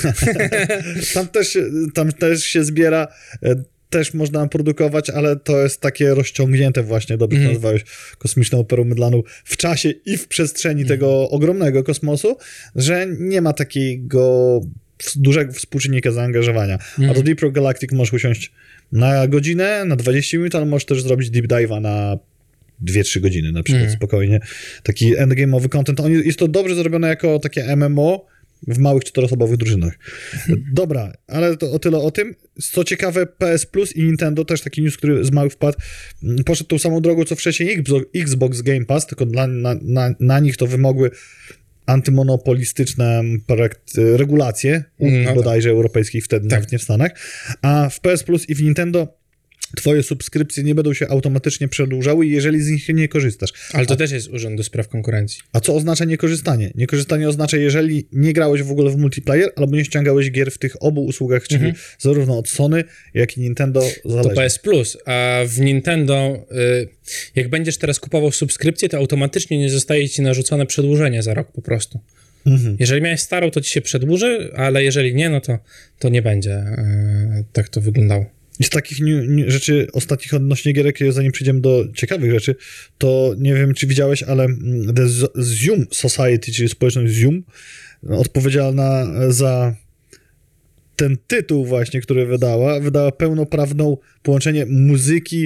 tam też się zbiera, też można produkować, ale to jest takie rozciągnięte właśnie, dobrze nazwałeś, kosmiczną operą mydlaną w czasie i w przestrzeni tego ogromnego kosmosu, że nie ma takiego dużego współczynnika zaangażowania. A do Deep Rock Galactic możesz usiąść na godzinę, na 20 minut, ale możesz też zrobić deep dive'a na 2-3 godziny na przykład spokojnie. Taki endgame'owy content. Jest to dobrze zrobione jako takie MMO w małych 4-osobowych drużynach. Dobra, ale to o tyle o tym. Co ciekawe, PS Plus i Nintendo, też taki news, który z małych wpadł, poszedł tą samą drogą, co wcześniej Xbox Game Pass, tylko na nich to wymogły antymonopolistyczne regulacje bodajże europejskich, wtedy nawet nie w Stanach, a w PS Plus i w Nintendo twoje subskrypcje nie będą się automatycznie przedłużały, jeżeli z nich nie korzystasz. Ale to też jest Urząd do Spraw Konkurencji. A co oznacza niekorzystanie? Niekorzystanie oznacza, jeżeli nie grałeś w ogóle w multiplayer, albo nie ściągałeś gier w tych obu usługach, czyli zarówno od Sony, jak i Nintendo zależnie. To PS Plus, a w Nintendo jak będziesz teraz kupował subskrypcję, to automatycznie nie zostaje ci narzucone przedłużenie za rok po prostu. Jeżeli miałeś starą, to ci się przedłuży, ale jeżeli nie, no to nie będzie tak to wyglądało. I z takich rzeczy ostatnich odnośnie gierek, zanim przejdziemy do ciekawych rzeczy, to nie wiem, czy widziałeś, ale The Zoom Society, czyli społeczność Zoom, odpowiedzialna za ten tytuł właśnie, który wydała pełnoprawną połączenie muzyki,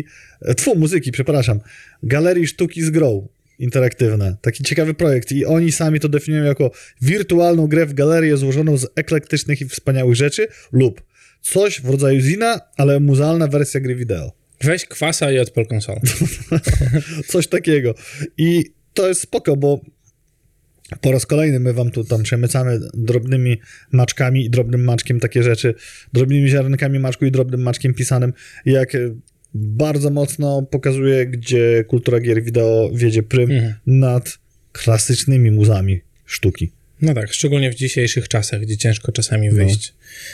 galerii sztuki z grą interaktywne. Taki ciekawy projekt i oni sami to definiują jako wirtualną grę w galerię złożoną z eklektycznych i wspaniałych rzeczy lub coś w rodzaju zina, ale muzealna wersja gry wideo. Weź kwasa i odpal konsolę. Coś takiego. I to jest spoko, bo po raz kolejny my wam tu tam przemycamy drobnymi maczkami i drobnym maczkiem takie rzeczy, drobnymi ziarnkami maczku i drobnym maczkiem pisanym, jak bardzo mocno pokazuje, gdzie kultura gier wideo wiedzie prym nad klasycznymi muzami sztuki. No tak, szczególnie w dzisiejszych czasach, gdzie ciężko czasami wyjść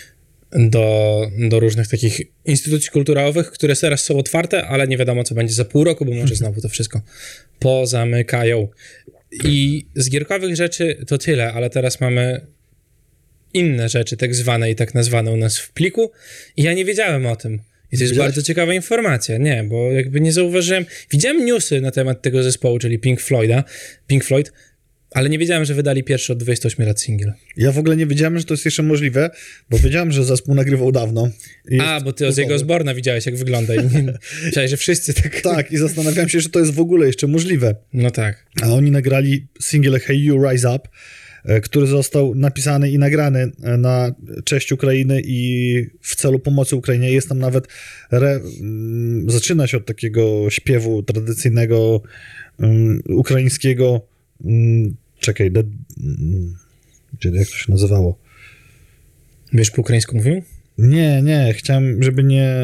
do różnych takich instytucji kulturowych, które teraz są otwarte, ale nie wiadomo, co będzie za pół roku, bo może znowu to wszystko pozamykają. I z gierkowych rzeczy to tyle, ale teraz mamy inne rzeczy, tak zwane i tak nazwane u nas w pliku i ja nie wiedziałem o tym. I to jest bardzo ciekawa informacja. Nie, bo jakby nie zauważyłem. Widziałem newsy na temat tego zespołu, czyli Pink Floyd, ale nie wiedziałem, że wydali pierwszy od 28 lat singiel. Ja w ogóle nie wiedziałem, że to jest jeszcze możliwe, bo wiedziałem, że zespół nagrywał dawno. Bo ty z jego Osborna widziałeś, jak wygląda. Myślałeś, że wszyscy tak... Tak, i zastanawiałem się, że to jest w ogóle jeszcze możliwe. No tak. A oni nagrali singiel Hey You Rise Up, który został napisany i nagrany na cześć Ukrainy i w celu pomocy Ukrainie. Jest tam nawet zaczyna się od takiego śpiewu tradycyjnego ukraińskiego. Czekaj, jak to się nazywało? Wiesz, po ukraińsku mówił? Nie, chciałem, żeby nie...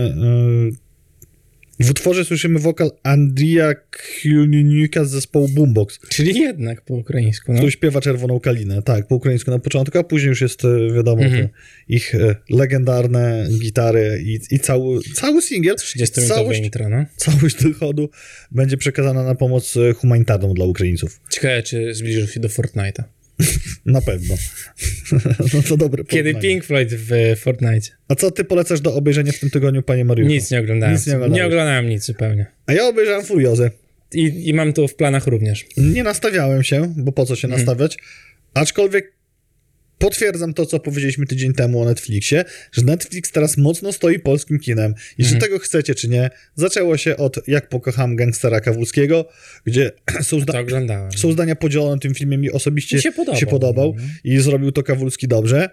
W utworze słyszymy wokal Andrija Kuniunika z zespołu Boombox. Czyli jednak po ukraińsku, no. Który śpiewa Czerwoną Kalinę, tak, po ukraińsku na początku, a później już jest, wiadomo, te ich legendarne gitary i cały singiel. 30-minutowe intro, no. Całość dochodu będzie przekazana na pomoc humanitarną dla Ukraińców. Ciekawe, czy zbliżył się do Fortnite'a. Na pewno. No to dobre Kiedy Pink Floyd w Fortnite. A co ty polecasz do obejrzenia w tym tygodniu, panie Mariuszu? Nic nie oglądałem. Nie oglądałem nic zupełnie. A ja obejrzałem Furiozę. I mam to w planach również. Nie nastawiałem się, bo po co się nastawiać? Aczkolwiek potwierdzam to, co powiedzieliśmy tydzień temu o Netflixie, że Netflix teraz mocno stoi polskim kinem. Jeśli tego chcecie, czy nie, zaczęło się od Jak pokocham gangstera Kawulskiego, gdzie są zdania podzielone na tym filmie. Mi osobiście się podobał i zrobił to Kawulski dobrze.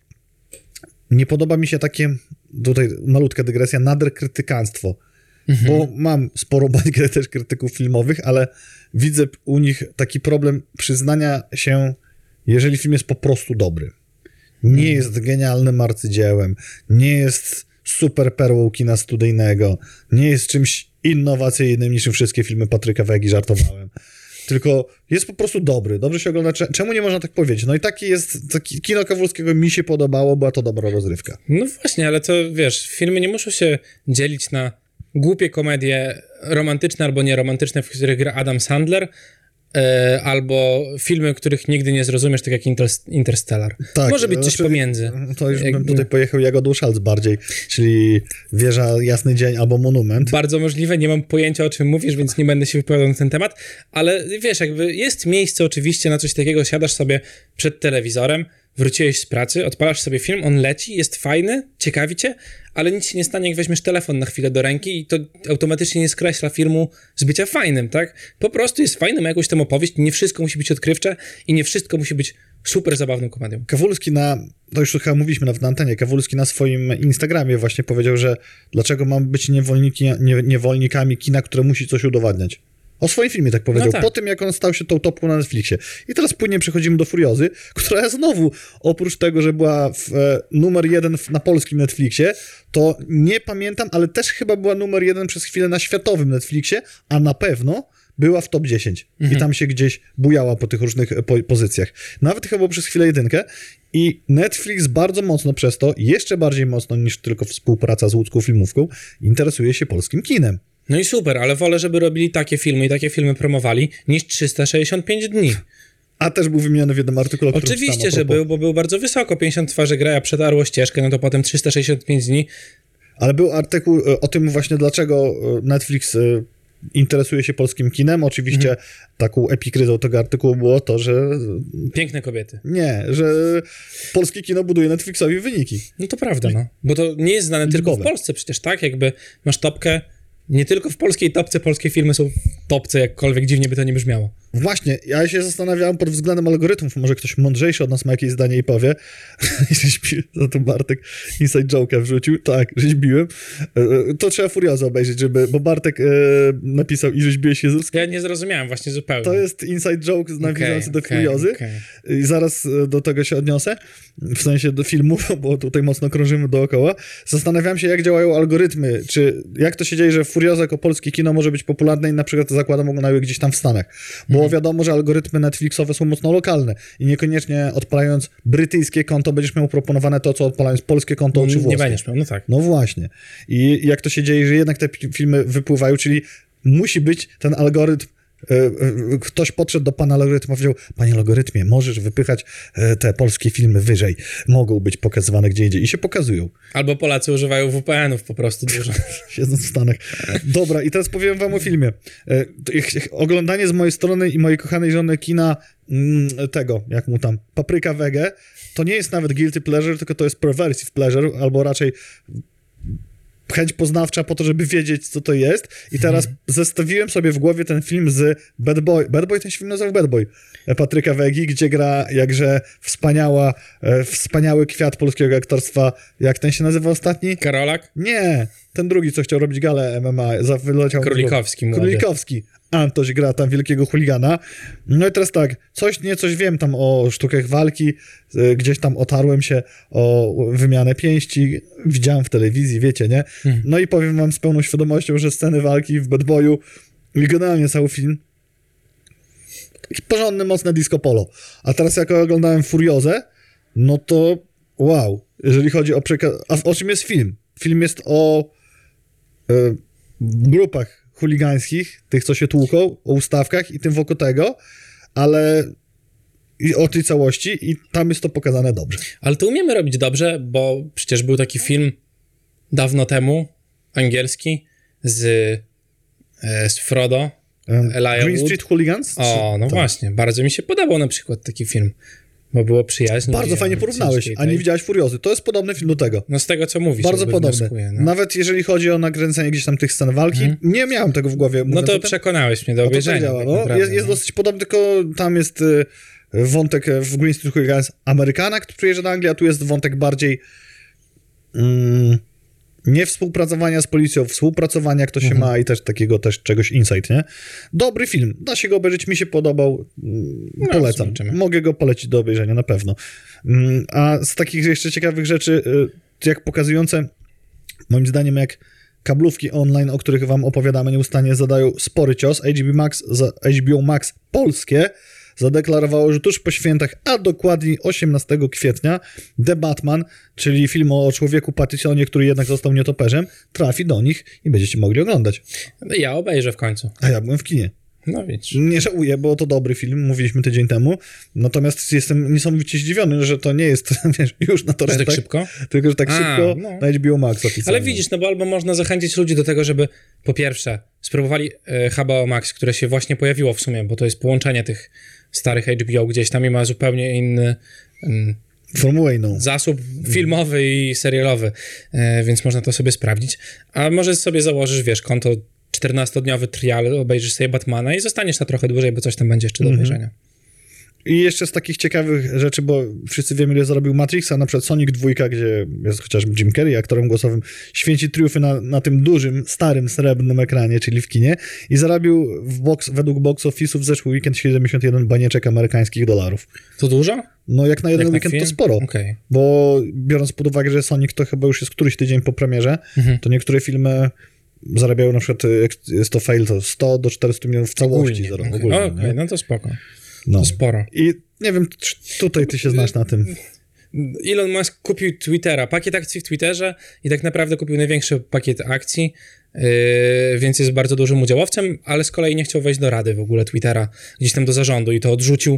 Nie podoba mi się takie, tutaj malutka dygresja, nader krytykanstwo. Bo mam sporo bańkę też krytyków filmowych, ale widzę u nich taki problem przyznania się, jeżeli film jest po prostu dobry. Nie jest genialnym arcydziełem, nie jest super perłą kina studyjnego, nie jest czymś innowacyjnym niż wszystkie filmy Patryka Wegi, żartowałem. Tylko jest po prostu dobry, dobrze się ogląda. Czemu nie można tak powiedzieć? No i taki kino Kawulskiego mi się podobało, była to dobra rozrywka. No właśnie, ale to wiesz, filmy nie muszą się dzielić na głupie komedie romantyczne albo nieromantyczne, w których gra Adam Sandler, albo filmy, których nigdy nie zrozumiesz, tak jak Interstellar. Tak, może być coś pomiędzy. To już bym tutaj pojechał Jagodą Szalc bardziej, czyli Wieża, Jasny Dzień albo Monument. Bardzo możliwe, nie mam pojęcia, o czym mówisz, więc nie będę się wypowiadał na ten temat, ale wiesz, jakby jest miejsce oczywiście na coś takiego, siadasz sobie przed telewizorem, wróciłeś z pracy, odpalasz sobie film, on leci, jest fajny, ciekawi cię, ale nic się nie stanie, jak weźmiesz telefon na chwilę do ręki i to automatycznie nie skreśla filmu z bycia fajnym, tak? Po prostu jest fajny, ma jakąś tam opowieść, nie wszystko musi być odkrywcze i nie wszystko musi być super zabawną komedią. Kawulski to już chyba mówiliśmy na antenie, Kawulski na swoim Instagramie właśnie powiedział, że dlaczego mamy być niewolnikami kina, które musi coś udowadniać. O swoim filmie tak powiedział, po tym jak on stał się tą topką na Netflixie. I teraz płynnie przechodzimy do Furiozy, która znowu, oprócz tego, że była numer 1 na polskim Netflixie, to nie pamiętam, ale też chyba była numer 1 przez chwilę na światowym Netflixie, a na pewno była w top 10. I tam się gdzieś bujała po tych różnych pozycjach. Nawet chyba było przez chwilę 1. I Netflix bardzo mocno przez to, jeszcze bardziej mocno niż tylko współpraca z łódzką filmówką, interesuje się polskim kinem. No i super, ale wolę, żeby robili takie filmy i takie filmy promowali, niż 365 dni. A też był wymieniony w jednym artykule. Oczywiście, że był, bo był bardzo wysoko. 50 twarzy graja przetarło ścieżkę, no to potem 365 dni. Ale był artykuł o tym właśnie, dlaczego Netflix interesuje się polskim kinem. Oczywiście taką epikryzą tego artykułu było to, że... Piękne kobiety. Nie, że polskie kino buduje Netflixowi wyniki. No to prawda, no. Bo to nie jest znane tylko w Polsce przecież, tak? Jakby masz topkę. Nie tylko w polskiej topce, polskie filmy są w topce, jakkolwiek dziwnie by to nie brzmiało. Właśnie, ja się zastanawiałem pod względem algorytmów, może ktoś mądrzejszy od nas ma jakieś zdanie i powie. Za to Bartek inside joke'a wrzucił. Tak, rzeźbiłem. To trzeba Furiozę obejrzeć, bo Bartek napisał i rzeźbiłeś Jezuskę. Ja nie zrozumiałem właśnie zupełnie. To jest inside joke nawiązujący do Furiozy. I zaraz do tego się odniosę, w sensie do filmu, bo tutaj mocno krążymy dookoła. Zastanawiałem się, jak działają algorytmy, czy jak to się dzieje, że Furioza jako polskie kino może być popularne i na przykład zakładam oglądały gdzieś tam w Stanach. Bo wiadomo, że algorytmy Netflixowe są mocno lokalne i niekoniecznie odpalając brytyjskie konto będziesz miał proponowane to, co odpalając polskie konto czy włoskie. Nie będziesz miał, no tak. No właśnie. I jak to się dzieje, że jednak te filmy wypływają, czyli musi być ten algorytm. Ktoś podszedł do pana algorytmu i powiedział: panie algorytmie, możesz wypychać te polskie filmy wyżej. Mogą być pokazywane gdzie indziej i się pokazują. Albo Polacy używają VPN-ów po prostu dużo. Siedząc w Stanach. Dobra, i teraz powiem wam o filmie. Oglądanie z mojej strony i mojej kochanej żony kina tego, jak mu tam, Papryka Wege, to nie jest nawet guilty pleasure, tylko to jest perversive pleasure, albo raczej chęć poznawcza po to, żeby wiedzieć, co to jest. I teraz zestawiłem sobie w głowie ten film z Bad Boy. Bad Boy, ten się film nazywał Bad Boy. Patryka Wegi, gdzie gra jakże wspaniały kwiat polskiego aktorstwa. Jak ten się nazywa ostatni? Karolak? Nie, ten drugi, co chciał robić galę MMA. Wyleciał Królikowski. Antoś gra tam wielkiego chuligana. No i teraz tak, coś wiem tam o sztukach walki, gdzieś tam otarłem się o wymianę pięści, widziałem w telewizji, wiecie, nie? No i powiem wam z pełną świadomością, że sceny walki w Bad Boyu i generalnie cały film taki porządny, mocne disco polo. A teraz jak oglądałem Furiozę, no to wow, jeżeli chodzi o przekaz... A o czym jest film? Film jest o grupach chuligańskich, tych, co się tłuką, o ustawkach i tym wokół tego, ale i o tej całości i tam jest to pokazane dobrze. Ale to umiemy robić dobrze, bo przecież był taki film dawno temu, angielski, z Frodo, Elijah Green Wood. Street Hooligans? O, no tak. Właśnie, bardzo mi się podobał na przykład taki film. bo było przyjaźnie. Bardzo fajnie porównałeś, a nie widziałeś Furiozy. To jest podobny film do tego. No z tego, co mówisz. Bardzo podobny. Wnioskuję, no. Nawet jeżeli chodzi o nakręcenie gdzieś tam tych scen walki, nie miałem tego w głowie. No to przekonałeś mnie do obejrzenia. To działa, no. Jest dosyć podobny, tylko tam jest wątek w Green Street Hooligans Amerykana, który przyjeżdża do Anglii, a tu jest wątek bardziej nie współpracowania z policją, współpracowania, jak to się ma i też takiego czegoś insight, nie? Dobry film, da się go obejrzeć, mi się podobał, polecam. Zobaczymy. Mogę go polecić do obejrzenia, na pewno. A z takich jeszcze ciekawych rzeczy, jak pokazujące, moim zdaniem, jak kablówki online, o których wam opowiadamy nieustannie, zadają spory cios. HBO Max polskie zadeklarowało, że tuż po świętach, a dokładniej 18 kwietnia, The Batman, czyli film o człowieku Pattisonie, który jednak został nietoperzem, trafi do nich i będziecie mogli oglądać. No ja obejrzę w końcu. A ja byłem w kinie. No widzisz. Nie żałuję, bo to dobry film, mówiliśmy tydzień temu, natomiast jestem niesamowicie zdziwiony, że to nie jest, wiesz, już na torrentach. Tak szybko? Tylko, że tak szybko na HBO Max oficjalnie. Ale widzisz, no bo albo można zachęcić ludzi do tego, żeby po pierwsze spróbowali HBO Max, które się właśnie pojawiło w sumie, bo to jest połączenie tych starych HBO gdzieś tam i ma zupełnie inny Formułę inną. Zasób filmowy i serialowy, więc można to sobie sprawdzić. A może sobie założysz, wiesz, konto 14-dniowy trial, obejrzysz sobie Batmana i zostaniesz na trochę dłużej, bo coś tam będzie jeszcze do obejrzenia. I jeszcze z takich ciekawych rzeczy, bo wszyscy wiemy, ile zarobił Matrix, a na przykład Sonic 2, gdzie jest chociażby Jim Carrey aktorem głosowym, święci triumfy na tym dużym, starym, srebrnym ekranie, czyli w kinie i zarobił według box office'u w zeszły weekend 71 banieczek amerykańskich dolarów. To dużo? No jak na jeden weekend film? to sporo, Okay. bo biorąc pod uwagę, że Sonic to chyba już jest któryś tydzień po premierze, to niektóre filmy zarabiają na przykład, jest to fail, to 100 do 400 milionów w całości. Ogólnie, no to spoko. No. To sporo. I nie wiem, czy tutaj ty się znasz na tym. Elon Musk kupił Twittera, pakiet akcji w Twitterze i tak naprawdę kupił największy pakiet akcji, więc jest bardzo dużym udziałowcem, ale z kolei nie chciał wejść do rady w ogóle Twittera, gdzieś tam do zarządu i to odrzucił.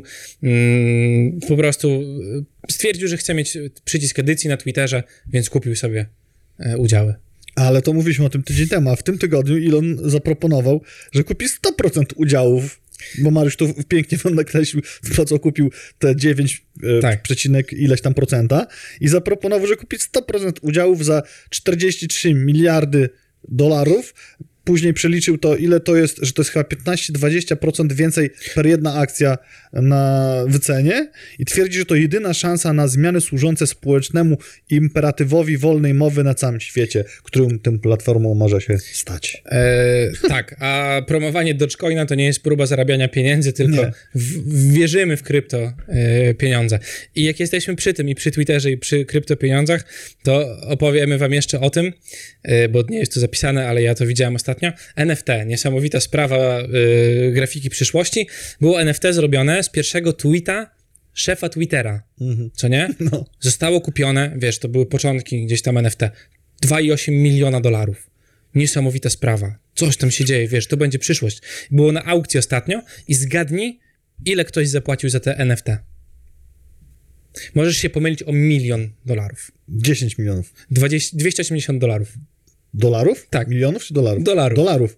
Po prostu stwierdził, że chce mieć przycisk edycji na Twitterze, więc kupił sobie udziały. Ale to mówiliśmy o tym tydzień temu, a w tym tygodniu Elon zaproponował, że kupi 100% udziałów, bo Mariusz tu pięknie wam nakreślił, po co kupił te 9 przecinek ileś tam procenta i zaproponował, że kupi 100% udziałów za 43 miliardy dolarów. Później przeliczył to, ile to jest, że to jest chyba 15-20% więcej per jedna akcja na wycenie i twierdzi, że to jedyna szansa na zmiany służące społecznemu imperatywowi wolnej mowy na całym świecie, którym tą platformą może się stać. Tak, a promowanie Dogecoina to nie jest próba zarabiania pieniędzy, tylko wierzymy w krypto pieniądze. I jak jesteśmy przy tym i przy Twitterze i przy krypto pieniądzach, to opowiemy wam jeszcze o tym, bo nie jest to zapisane, ale ja to widziałem ostatnio. NFT, niesamowita sprawa grafiki przyszłości. Było NFT zrobione z pierwszego tweeta szefa Twittera, co nie? No. Zostało kupione, wiesz, to były początki gdzieś tam NFT, 2,8 miliona dolarów. Niesamowita sprawa. Coś tam się dzieje, wiesz, to będzie przyszłość. Było na aukcji ostatnio i zgadnij, ile ktoś zapłacił za te NFT. Możesz się pomylić o $1 milion. 10 milionów. 280 dolarów. Dolarów? Tak. Milionów czy dolarów? Dolarów.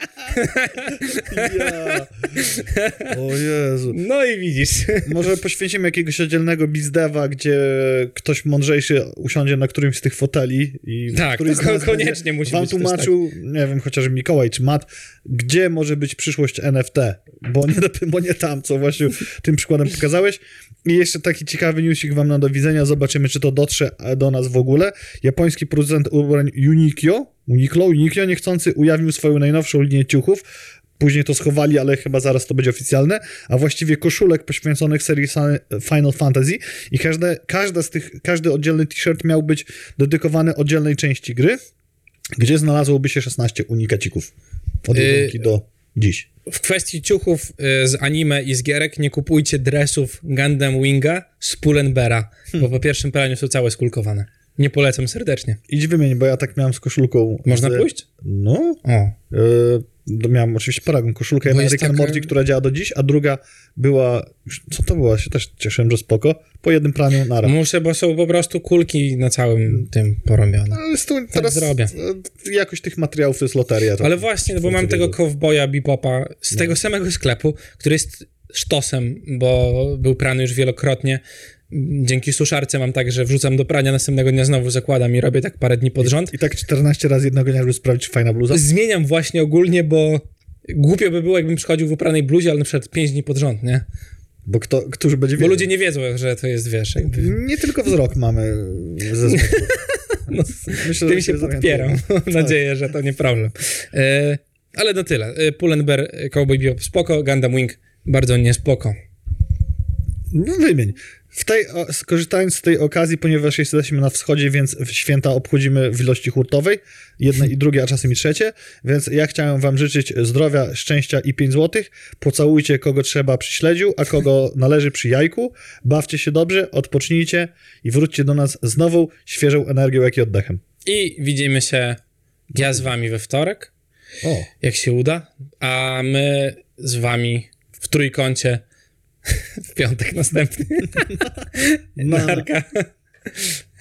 Ja. O Jezu. No i widzisz. Może poświęcimy jakiegoś oddzielnego bizdewa, gdzie ktoś mądrzejszy usiądzie na którymś z tych foteli i tak, to koniecznie musi wam być tłumaczył, nie wiem, chociażby Mikołaj czy Matt, gdzie może być przyszłość NFT, bo nie tam, co właśnie tym przykładem pokazałeś. I jeszcze taki ciekawy newsik wam na do widzenia, zobaczymy, czy to dotrze do nas w ogóle. Japoński producent ubrań Uniqlo niechcący ujawnił swoją najnowszą linię ciuchów. Później to schowali, ale chyba zaraz to będzie oficjalne, a właściwie koszulek poświęconych serii Final Fantasy i każdy oddzielny t-shirt miał być dedykowany oddzielnej części gry, gdzie znalazłoby się 16 unikacików od jedynki do dziś. W kwestii ciuchów z anime i z gierek nie kupujcie dresów Gundam Winga z Pull&Beara, bo po pierwszym praniu są całe skulkowane. Nie polecam serdecznie. Idź wymień, bo ja tak miałem z koszulką. Można pójść? No. Miałem oczywiście paragon koszulkę American Morty, która działa do dziś, a druga była, co to była? Się też cieszyłem, że spoko. Po jednym praniu naraz. Muszę, bo są po prostu kulki na całym tym porobione. Tak teraz zrobię. Jakość tych materiałów to jest loteria. Ale właśnie, bo mam tego cowboya Bebopa z tego samego sklepu, który jest sztosem, bo był prany już wielokrotnie. Dzięki suszarce mam tak, że wrzucam do prania, następnego dnia znowu zakładam i robię tak parę dni pod rząd. I tak 14 razy jednego dnia, żeby sprawdzić, czy fajna bluza? Zmieniam właśnie ogólnie, bo głupio by było, jakbym przychodził w upranej bluzie, ale na przykład 5 dni pod rząd, nie? Bo któż będzie Bo wiedział? ludzie nie wiedzą, że to jest, wiesz, jakby... Nie tylko wzrok mamy ze zmysłu. No, Myślę, tym że się podpieram. Mam nadzieję, że to nie problem. Ale no tyle. Pull&Bear, Cowboy Bebop spoko, Gundam Wing bardzo nie spoko. No, wymień. Skorzystając z tej okazji, ponieważ jesteśmy na wschodzie, więc święta obchodzimy w ilości hurtowej, jedne i drugie, a czasem i trzecie, więc ja chciałem wam życzyć zdrowia, szczęścia i 5 złotych. Pocałujcie kogo trzeba przy śledziu, a kogo należy przy jajku. Bawcie się dobrze, odpocznijcie i wróćcie do nas z nową, świeżą energią, jak i oddechem. I widzimy się ja z wami we wtorek, jak się uda, a my z wami w trójkącie w piątek następny. Narka.